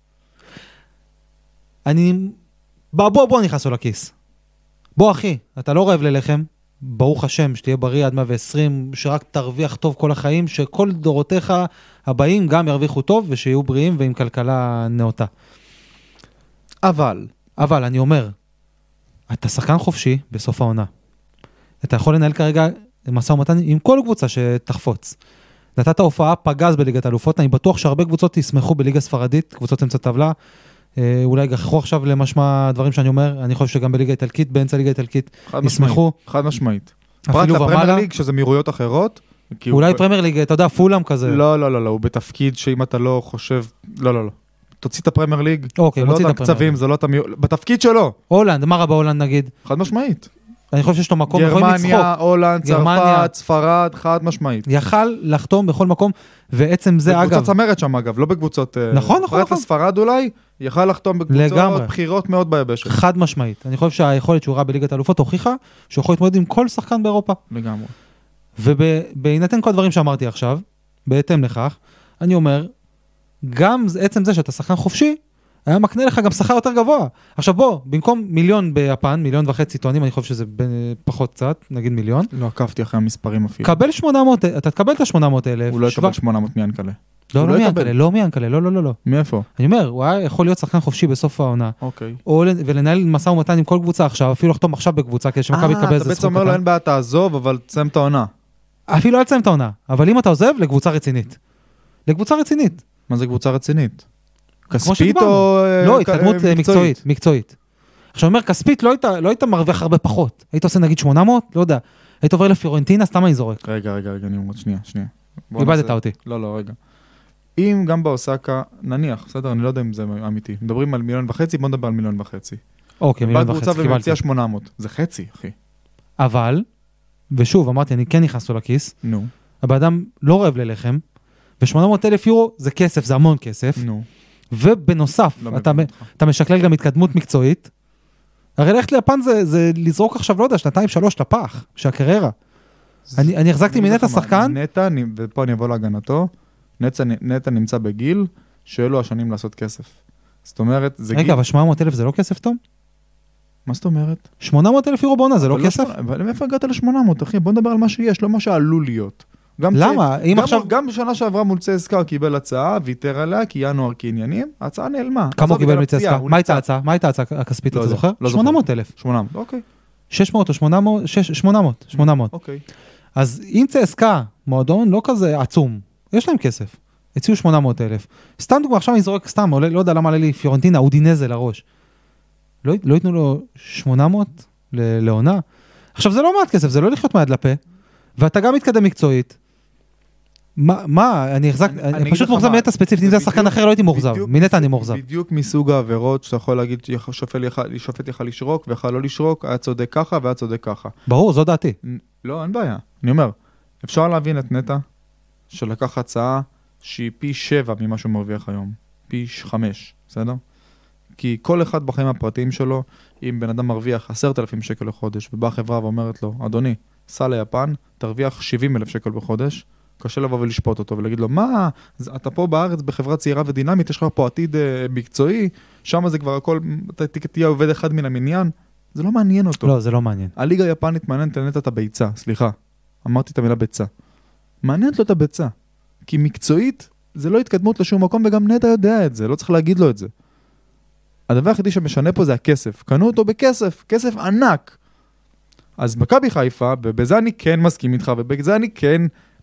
בוא נכנס לו לכיס. בוא אחי, אתה לא רעב ללחם, ברוך השם, שתהיה בריא עד 120, שרק תרוויח טוב כל החיים, שכל דורותיך הבאים גם ירוויחו טוב, ושיהיו בריאים ועם כלכלה נאותה. אבל אני אומר, אתה שחקן חופשי בסוף העונה. אתה יכול לנהל כרגע משא ומתן עם כל קבוצה שתחפוץ. נתת הופעה פגז בליגת האלופות, אני בטוח שהרבה קבוצות ישמחו בליגה ספרדית, קבוצות אמצע טבלה, אולי יגחכו עכשיו למשמע הדברים שאני אומר, אני חושב שגם בליגה איטלקית, באמצע ליגה איטלקית, ישמחו. חד משמעית. פרט לפרמייר ליג, שזה מהירויות אחרות. אולי פרמייר ליג, אתה יודע, פולאם כזה. לא, הוא בתפקיד שאם אתה לא חושב, לא. תוציא את הפרמייר ליג, זה לא את הקצבים, זה לא את בתפקיד שלו. הולנד, מה רע בהולנד נגיד? חד משמעית. אני חושב שיש לו מקום, גרמניה, הולנד, צרפת, ספרד, חד משמעית. יכל לחתום בכל מקום, ועצם זה אגב... בקבוצות צמרת שם אגב, לא בקבוצות... נכון. פרט לספרד אולי, יכל לחתום בקבוצות בחירות מאוד ביבשת. חד משמעית. אני חושב שהיכולת שהוא ראה בליגת האלופות הוכיחה, שהוא יכול להתמודד עם כל שחקן באירופה. לגמרי. ובהינתן כל הדברים שאמרתי עכשיו, בהתאם לכך, אני אומר, גם עצם זה שאתה שחקן חופשי, היה מקנה לך גם שכר יותר גבוה. עכשיו בוא, במקום 1,000,000 ביפן, 1,500,000 טונים, אני חושב שזה פחות קצת, נגיד 1,000,000. לא עקבתי אחרי המספרים אפילו. קבל 800, אתה תקבל את ה-800,000. הוא לא יקבל 800 מיאנקלה. לא מיאנקלה, לא. מאיפה? אני אומר, הוא היה יכול להיות שחקן חופשי בסוף העונה. אוקיי. ולנהל משא ומתן עם כל קבוצה עכשיו, אפילו לחתום עכשיו בקבוצה, כדי שמכבי יקבל איזה אתה בעצם אומר לו, אין בעיה, תעזוב, אבל תסיים את העונה. אפילו לא תסיים את העונה, אבל אם אתה עוזב, לקבוצה רצינית. לקבוצה רצינית. מה זה קבוצה רצינית? כספית או לא, התקדמות מקצועית. עכשיו אומר, כספית לא היית מרוויח הרבה פחות. היית עושה נגיד 800, לא יודע. היית עובר לפיורנטינה, סתם אני זורק. רגע, אני אומר, שנייה. איבדת אותי. לא, רגע. אם גם באוסקה, נניח, בסדר, אני לא יודע אם זה אמיתי. מדברים על 1,500,000, בוא נדבר על 1,500,000. אוקיי, 1,500,000, קיבלתי. ומציע 800. זה חצי, אחי. אבל, ושוב, אמרתי, אני כן נכנס לו לכיס. נו. הבאדם לא רעב ללחם, ו800,000 יורו זה כסף, זה המון כסף, נו. ובנוסף, אתה משקלל גם התקדמות מקצועית, הרי ללכת ליפן זה לזרוק עכשיו, לא יודע, 2-3 לפח, שהקריירה. אני החזקתי מנטע שחקן. נטע, ופה אני אבוא להגנתו, נטע נמצא בגיל, שאלו השנים לעשות כסף. זאת אומרת, זה גיל... רגע, אבל 700,000 זה לא כסף, תום? מה זאת אומרת? 800,000 יורו בעונה, זה לא כסף? אבל מאיפה הגעת ל-800, אחי? בוא נדבר על מה שיש, לא מה שעלול להיות. למה? גם בשנה שעברה מול צסקה קיבל הצעה, ויתר עליה, כי ינואר כעניינים, ההצעה נעלמה. כמה הוא קיבל מצסקה? מה הייתה ההצעה? מה הייתה ההצעה הכספית, אתה זוכר? 800,000. 800, אוקיי. 600 או 800? 800. אוקיי. אז אם צסקה, מועדון לא כזה עצום, יש להם כסף. הציעו 800,000. סתם דוגמה, עכשיו אני זורק סתם, לא יודע למה עלה לי פיורנטינה, אודינזה לראש. לא ייתנו לו 800 לעונה. עכשיו זה לא מעט כסף, זה לא לחיות מהיד לפה, ואתה גם מתקדם מקצועית. מה, אני פשוט מוחזב מנטע ספציפית, אם זה השחקן אחר לא הייתי מוחזב, מנטע אני מוחזב. בדיוק מסוג העבירות שאתה יכול להגיד, שופט יכל לשרוק, ויכל לא לשרוק, היה צודק ככה והיה צודק ככה. ברור, זו דעתי. לא, אין בעיה. אני אומר, אפשר להבין את נטע, שלקח הצעה שהיא פי 7 ממה שהוא מרוויח היום. פי 5, בסדר? כי כל אחד בחיים הפרטיים שלו, אם בן אדם מרוויח 10,000 שקל לחודש, ובאה חברה ואומרת לו, אדוני, סע ליפן, תרוויח 70,000 שקל בחודש, קשה לבוא ולשפוט אותו ולהגיד לו, מה, אתה פה בארץ בחברה צעירה ודינמית, יש לך פה עתיד מקצועי, שם זה כבר הכל, אתה תהיה עובד אחד מן המניין, זה לא מעניין אותו. לא, זה לא מעניין. הליגה היפנית מעניינת לנטע את הביצה, סליחה, אמרתי את המילה ביצה. מעניינת לו את הביצה, כי מקצועית זה לא התקדמות לשום מקום, וגם נטע יודע את זה, לא צריך להגיד לו את זה. הדבר היחידי שמשנה פה זה הכסף. קנו אותו בכסף, כסף ענק. אז מכבי חיפה, ובזה אני כן מסכים איתך, ובזה אני כן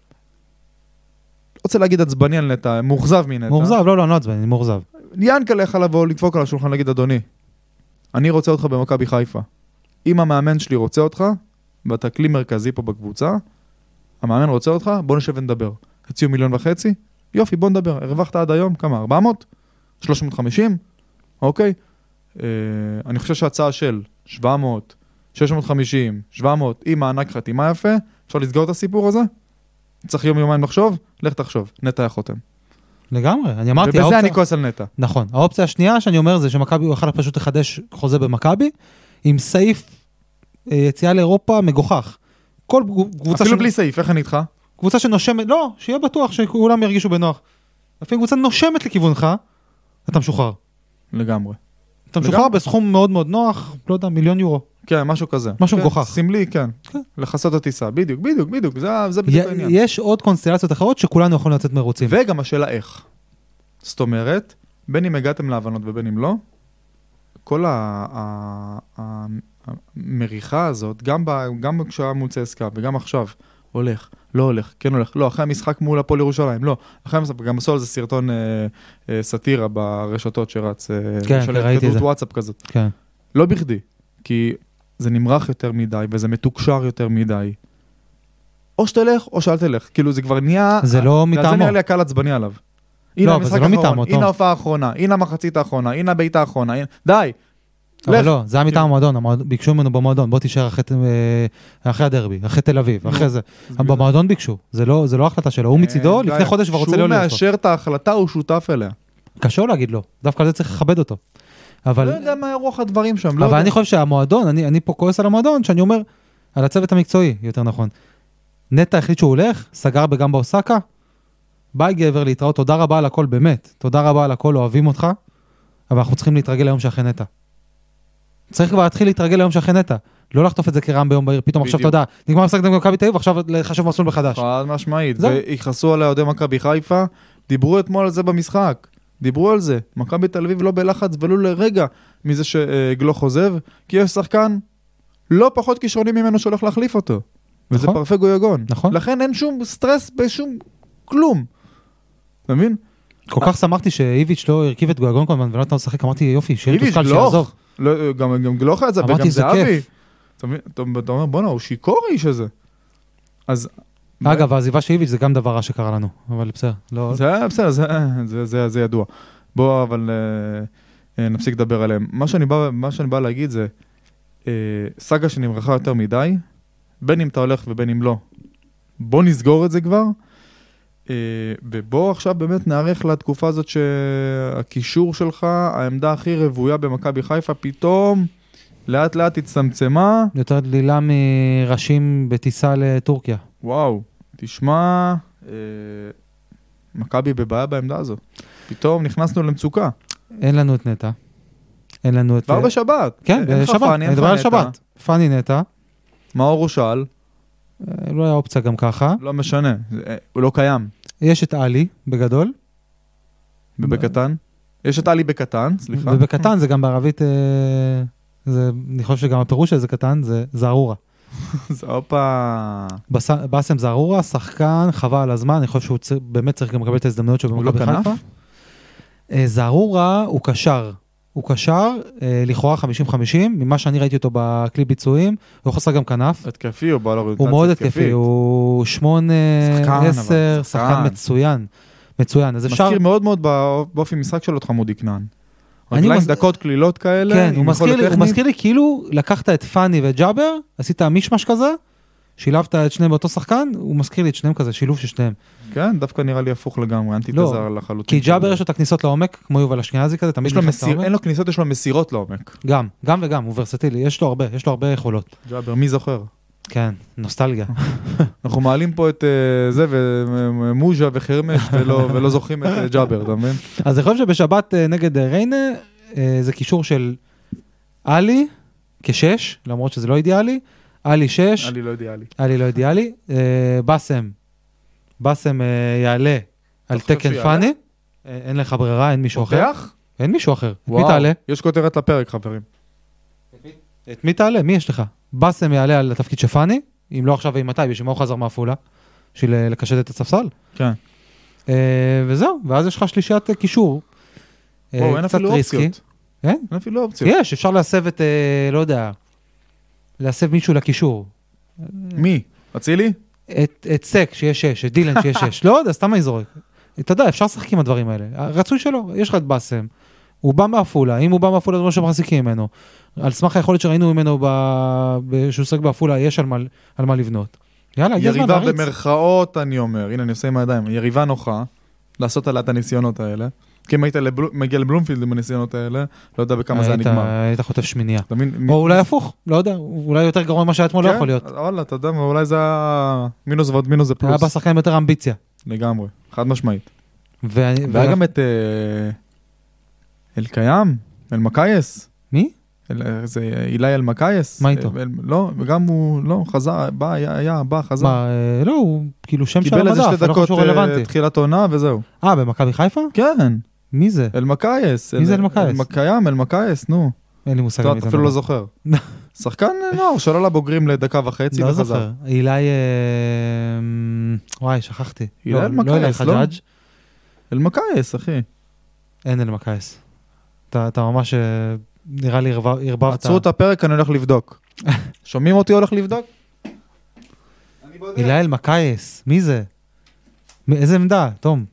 רוצה להגיד עצבני על נטע, מוחזב מנטע. מוחזב, לא עצבני, אני מוחזב. ינקה לך לבוא, לדפוק על השולחן, להגיד, אדוני, אני רוצה אותך במכבי חיפה. אם המאמן שלי רוצה אותך, ואתה כלי מרכזי פה בקבוצה, המאמן רוצה אותך, בוא נשב ונדבר. הציעו 1.5 מיליון, יופי, בוא נדבר. הרווחת עד היום, כמה? 400? 350? אוקיי? אני חושב שההצעה של 700, 650, 700, עם מענק חתימה יפה, אפשר לסגור את הסיפור הזה? צריך יומיים לחשוב? לך תחשוב, נטע היה חותם. לגמרי, אני אמרתי, ובזה אני כועס על נטע. נכון, האופציה השנייה שאני אומר זה שמכבי הוא יכול פשוט לחדש חוזה במכבי, עם סעיף יציאה לאירופה מגוחך. כל קבוצה אפילו בלי סעיף, איך אני איתך? קבוצה שנושמת, לא, שיהיה בטוח שכולם ירגישו בנוח. אפילו קבוצה נושמת לכיוונך, אתה משוחרר. לגמרי. אתה משוחרר בסכום מאוד מאוד נוח, לא יודע, 1,000,000 יורו. כן, משהו כזה. משהו כן, מגוחך. סמלי, כן. לחסות הטיסה, בדיוק, זה בדיוק העניין. יש עוד קונסטלציות אחרות שכולנו יכולים לצאת מרוצים. וגם השאלה איך. זאת אומרת, בין אם הגעתם להבנות ובין אם לא, כל המריחה הזאת, גם כשהיה מול צסקה וגם עכשיו, הולך, לא הולך, כן הולך, לא, אחרי המשחק מול הפועל ירושלים, לא, אחרי המשחק, גם עשו על זה סרטון סאטירה ברשתות שרץ, כן, ראיתי את זה. וואטסאפ כזאת. כן. לא בכדי, כי זה נמרח יותר מדי, וזה מתוקשר יותר מדי. או שתלך, או שאל תלך. כאילו זה כבר נהיה... זה לא מטעמו. זה נראה לי הקהל עצבני עליו. לא, אבל זה לא מטעמו. הנה ההופעה האחרונה, הנה המחצית האחרונה, הנה הביתה האחרונה, די. אבל לא, זה היה מטעם המועדון, ביקשו ממנו במועדון, בוא תישאר אחרי הדרבי, אחרי תל אביב, אחרי זה. במועדון ביקשו, זה לא החלטה שלו, הוא מצידו, לפני חודש כבר רוצה לא להיות פה. שהוא מאשר את ההחלטה, הוא שותף אליה. קשה להגיד לו, דווקא על זה צריך לכבד אותו. לא יודע מה רוח הדברים שם. אבל אני חושב שהמועדון, אני פה כועס על המועדון, שאני אומר, על הצוות המקצועי, יותר נכון. נטע החליט שהוא הולך, סגר גם באוסקה, ביי גבר להתראות, תודה רבה על הכל, באמת, תודה רבה על הכל, אוהבים אותך, אבל אנחנו צריכים להתרגל היום שאחרי נטע. צריך כבר להתחיל להתרגל היום שאחרי נטע, לא לחטוף את זה כרעם ביום בהיר, פתאום עכשיו תודה, נגמר המשחק נגד מכבי תל אביב, עכשיו לחשב מסלול מחדש. חד משמעית, ויחסו עליה אוהדי מכבי חיפה, דיברו אתמול על זה במשחק, דיברו על זה, מכבי תל אביב לא בלחץ ולא לרגע מזה שגלוך עוזב, כי יש שחקן לא פחות כישרוני ממנו שהולך להחליף אותו, וזה פרפה גויגון. לכן אין שום סטרס בשום כלום. אתה מבין? כל כך שמחתי שאיביץ' לא הרכיב את גויגון כל הזמן ולא נתן לשחק, אמרתי יופי, שיהיה תוסכל שיעזוב. גם גלוך היה את זה, וגם זה אבי. אתה אומר, בוא נה, הוא שיקור האיש הזה. אגב, העזיבה של איביץ' זה גם דבר רע שקרה לנו, אבל בסדר. בסדר, זה ידוע. בוא, אבל נפסיק לדבר עליהם. מה שאני בא להגיד זה, סגה שנמרחה יותר מדי, בין אם אתה הולך ובין אם לא, בוא נסגור את זה כבר, ובוא עכשיו באמת נערך לתקופה הזאת שהקישור שלך, העמדה הכי רבויה במכבי חיפה, פתאום לאט לאט הצטמצמה. יותר דלילה מראשים בטיסה לטורקיה. וואו, תשמע, מכבי בבעיה בעמדה הזו. פתאום נכנסנו למצוקה. אין לנו את נטע. אין לנו את... כבר בשבת. כן, בשבת. אני מדבר על שבת. פני נטע. מאור רושל. לא היה אופציה גם ככה. לא משנה, הוא לא קיים. יש את אלי, בגדול. ובקטן. יש את אלי בקטן, סליחה. ובקטן זה גם בערבית, אני חושב שגם הפירוש של זה קטן, זה זערורה. זה אופה... באסם זערורה, שחקן, חבל על הזמן, אני חושב שהוא באמת צריך גם לקבל את ההזדמנויות שלו במכבי חיפה. הוא לא כנף? זערורה הוא קשר. הוא קשר, לכאורה 50-50, ממה שאני ראיתי אותו בכלי ביצועים, הוא חוסר גם כנף. התקפי או בעל אוריינטציה? הוא מאוד התקפי, הוא 8-10, שחקן מצוין. מצוין, אז אפשר... מזכיר מאוד מאוד באופי משחק של אותך מודי כנען. רגליים דקות כלילות כאלה. כן, הוא מזכיר לי כאילו לקחת את פני וג'אבר, עשית מישמש כזה, שילבת את שניהם באותו שחקן, הוא מזכיר לי את שניהם כזה, שילוב של שניהם. כן, דווקא נראה לי הפוך לגמרי, אנטיתזה לחלוטין. כי ג'אבר יש לו את הכניסות לעומק, כמו יובל אשכנזי כזה, תמיד נכנס לעומק. אין לו כניסות, יש לו מסירות לעומק. גם וגם, הוא ורסטילי, יש לו הרבה יכולות. ג'אבר, מי זוכר? כן, נוסטלגיה. אנחנו מעלים פה את זה, ומוז'ה וחרמש, ולא זוכרים את ג'אבר, אתה מבין? אז אני חושב שבשבת נגד ריינה, זה קישור של אלי, כשש, למרות שזה לא אידיאלי, אלי 6. אלי לא אידיאלי. באסם יעלה על תקן פני. אין לך ברירה, אין מישהו אחר. אין מישהו אחר. את מי תעלה? יש כותרת לפרק, חברים. את מי תעלה? מי יש לך? באסם יעלה על התפקיד של פני, אם לא עכשיו ומתי, בשביל מה הוא חזר מאפולה, בשביל לקשט את הספסל. כן. וזהו, ואז יש לך שלישיית קישור. אין אפילו אופציות. אין אפילו אופציות. יש, אפשר להסב את, לא יודע, להסב מישהו לקישור. מי? אצילי? את סק שיש 6, את דילן שיש 6. לא יודע, סתם אני זורק. אתה יודע, אפשר לשחק עם הדברים האלה. רצוי שלא, יש לך את באסם. הוא בא מאפולה, אם הוא בא מאפולה, זה מה שמחזיקים ממנו. על סמך היכולת שראינו ממנו שהוא שחק באפולה, יש על מה לבנות. יאללה, יריבה במרכאות, אני אומר, הנה אני עושה עם הידיים, יריבה נוחה, לעשות עליה את הניסיונות האלה. כי אם היית מגיע לבלומפילד עם הניסיונות האלה, לא יודע בכמה זה נגמר. היית חוטף שמיניה. או אולי הפוך, לא יודע, אולי יותר גרוע ממה שהיה אתמול לא יכול להיות. וואלה, אתה יודע, אולי זה מינוס ועוד מינוס זה פלוס. היה בשחקן יותר אמביציה. לגמרי, חד משמעית. והיה גם את אלקיים, אלמקייס. מי? זה אילי אלמקייס. מה איתו? לא, וגם הוא, לא, חזר, בא, חזר. מה, לא, הוא כאילו שם של המדף, קיבל איזה 2 דקות רלוונטי. תחילת עונה וזהו. במכבי חיפה? כן. מי זה? אלמקייס. מי זה אלמקייס? אלמקייס, נו. אין לי מושג. אתה אפילו לא זוכר. שחקן נוער, שלא לבוגרים לדקה וחצי וחזר. לא זוכר. אילי, וואי, שכחתי. אילי אלמקייס, לא? אלמקייס, אחי. אין אלמקייס. אתה ממש, נראה לי הרבבת. עצרו את הפרק, אני הולך לבדוק. שומעים אותי הולך לבדוק? אילי אלמקייס, מי זה? איזה עמדה, תום?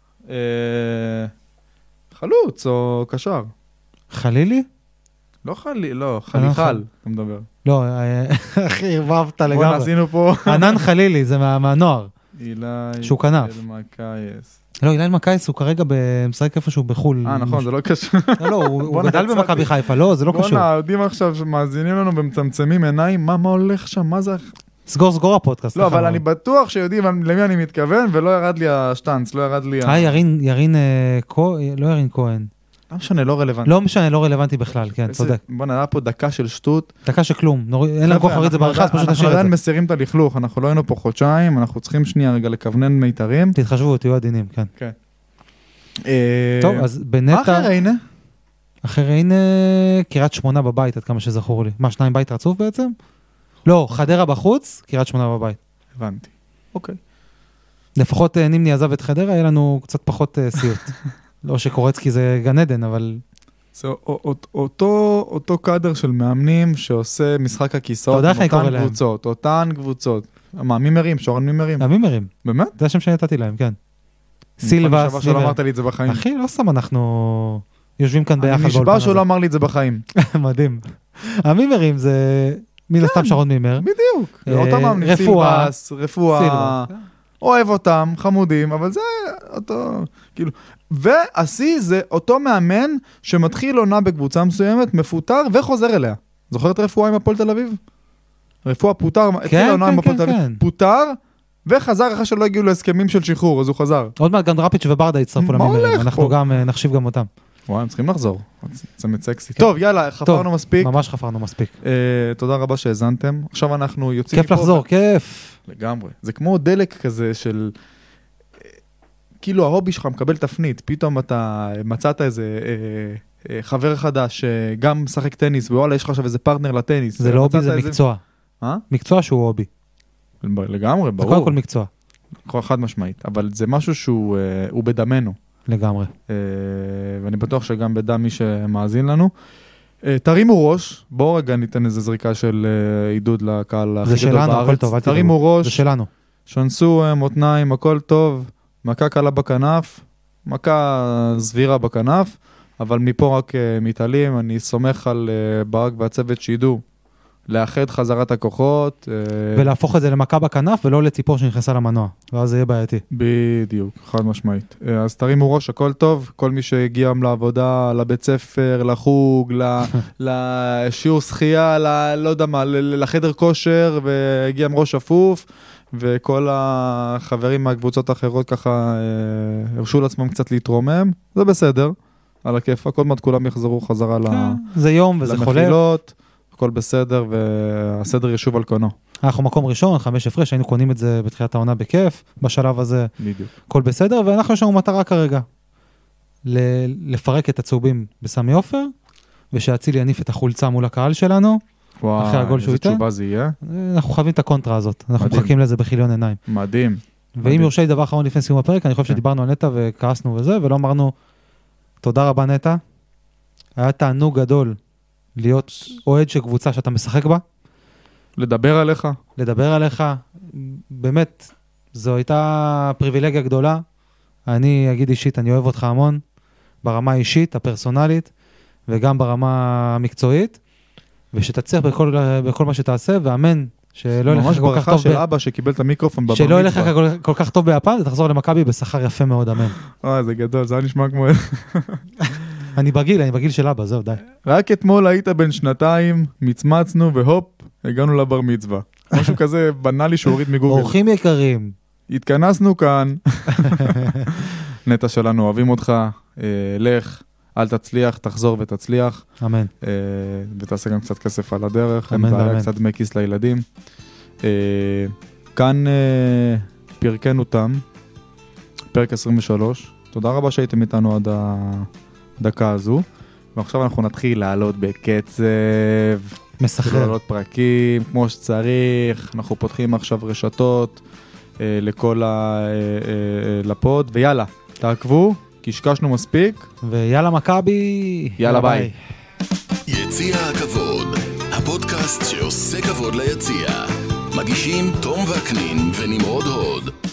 חלוץ או קשר. חלילי? לא חלילי, לא, חליחל, אתה מדבר. לא, אחי, הרבבת לגמרי. בוא נעשינו פה. ענן חלילי, זה מהנוער. שהוא כנף. אילי אלמקייס. לא, אילי אלמקייס הוא כרגע משחק איפשהו בחול. נכון, זה לא קשור. לא, הוא גדל במכבי חיפה, לא, זה לא קשור. בוא'נה, יודעים עכשיו שמאזינים לנו ומצמצמים עיניים, מה הולך שם, מה זה... סגור הפודקאסט. לא, אבל אני בטוח שיודעים למי אני מתכוון, ולא ירד לי השטנץ, לא ירד לי... ירין כהן. לא משנה, לא רלוונטי. לא משנה, לא רלוונטי בכלל, כן, צודק. בוא נראה פה דקה של שטות. דקה של כלום, אין לנו כוח להריץ זה בעריכה, פשוט נשאיר את זה. אנחנו עדיין מסירים את הלכלוך, אנחנו לא היינו פה חודשיים, אנחנו צריכים שנייה רגע לכוונן מיתרים. תתחשבו, תהיו עדינים, כן. כן. טוב, אז בנטה... מה אחרי ריינה? אחרי ריינה, קריית שמונה בבית, עד כמה שזכור לי. מה, 2 בית רצוף בעצם? לא, חדרה בחוץ, קריית שמונה בבית. הבנתי. אוקיי. לפחות נימני עזב את חדרה, היה לנו קצת פחות סיוט. לא שקורצקי זה גן עדן, אבל... זה אותו קאדר של מאמנים שעושה משחק הכיסאות, אותן קבוצות. מה, מי מרים? שורן מי מרים? מי מרים. באמת? זה השם שנתתי להם, כן. סילבס. אני שלא אמרת לי את זה בחיים. אחי, לא סתם אנחנו יושבים כאן ביחד. אני נשבע שהוא לא אמר לי את זה בחיים. מדהים. המימרים זה מן הסתם שרון מימר. בדיוק. אותו מאמנים, רפואה. סילבס, רפואה. אוהב אותם, חמודים, אבל זה אותו, כאילו, והשיא זה אותו מאמן שמתחיל עונה בקבוצה מסוימת, מפוטר וחוזר אליה. זוכר את רפואה עם הפועל תל אביב? רפואה פוטר, התחיל עונה עם הפועל תל אביב, פוטר, וחזר אחרי שלא הגיעו להסכמים של שחרור, אז הוא חזר. עוד מעט גנדרפיץ' וברדה הצטרפו למימרים, אנחנו גם נחשיב גם אותם. וואי, הם צריכים לחזור, זה מצקסי. טוב, יאללה, חפרנו מספיק. ממש חפרנו מספיק. תודה רבה שהזנתם. עכשיו אנחנו יוצאים כיף לחזור, כיף. לגמרי. זה כמו דלק כזה של... כאילו ההובי שלך מקבל תפנית, פתאום אתה מצאת איזה חבר חדש שגם משחק טניס, ווואלה, יש לך עכשיו איזה פרטנר לטניס. זה לא הובי, זה מקצוע. מקצוע שהוא הובי. לגמרי, ברור. זה קודם כל מקצוע. חד משמעית, אבל זה משהו שהוא בדמנו. לגמרי. ואני בטוח שגם בדם מי שמאזין לנו. תרימו ראש, בואו רגע ניתן איזה זריקה של עידוד לקהל הכי גדול בארץ. זה שלנו, הכל טוב, תרימו ראש. זה שלנו. שנסו מותניים, הכל טוב, מכה קלה בכנף, מכה סבירה בכנף, אבל מפה רק מתעלים, אני סומך על ברק והצוות שידעו לאחד חזרת הכוחות. ולהפוך את זה למכה בכנף ולא לציפור שנכנסה למנוע, ואז זה יהיה בעייתי. בדיוק, חד משמעית. אז תרימו ראש, הכל טוב, כל מי שהגיע לעבודה, לבית ספר, לחוג, לשיעור שחייה, לא יודע מה, לחדר כושר, והגיע עם ראש אפוף, וכל החברים מהקבוצות האחרות ככה הרשו לעצמם קצת להתרומם, זה בסדר, על הכיף, עוד מעט כולם יחזרו חזרה זה יום וזה למחילות, הכל בסדר, והסדר ישוב על קונו. אנחנו מקום ראשון, 5 הפרש, היינו קונים את זה בתחילת העונה בכיף, בשלב הזה, בדיוק. הכל בסדר, ואנחנו יש לנו מטרה כרגע, לפרק את הצהובים בסמי עופר, ושהצילי יניף את החולצה מול הקהל שלנו, אחרי הגול שהוא ייתן. איזה תשובה זה יהיה? אנחנו חייבים את הקונטרה הזאת, אנחנו מחכים לזה בחיליון עיניים. מדהים. ואם יורשה לי דבר אחרון לפני סיום הפרק, אני חושב שדיברנו על נטע וכעסנו וזה, ולא אמרנו, תודה רבה נטע, היה תענוג גדול להיות אוהד של קבוצה שאתה משחק בה. לדבר עליך. באמת, זו הייתה פריבילגיה גדולה. אני אגיד אישית, אני אוהב אותך המון, ברמה האישית, הפרסונלית, וגם ברמה המקצועית, ושתצליח בכל מה שתעשה, ואמן שלא ילך ממש כל כך ברכה טוב. של אבא שקיבל את המיקרופון בבר מצווה. שלא ילך כל כך טוב ביפן, ותחזור למכבי בשכר יפה מאוד, אמן. זה גדול, זה היה נשמע כמו... אני בגיל של אבא, זהו, די. רק אתמול היית בן 2, מצמצנו והופ, הגענו לבר מצווה. משהו כזה בנאלי שהוריד מגוגל. אורחים יקרים. התכנסנו כאן. נטע שלנו, אוהבים אותך, לך, אל תצליח, תחזור ותצליח. אמן. ותעשה גם קצת כסף על הדרך. אמן ואמן. קצת דמי כיס לילדים. כאן פרקנו תם, פרק 23. תודה רבה שהייתם איתנו עד הדקה הזו. ועכשיו אנחנו נתחיל לעלות בקצב. מסחרר. לעלות פרקים כמו שצריך. אנחנו פותחים עכשיו רשתות לכל לפוד. ויאללה, תעקבו, קשקשנו מספיק. ויאללה מכבי. יאללה ביי. יציע הכבוד, הפודקאסט שעושה כבוד ליציע. מגישים תום וקנין ונמרוד הוד.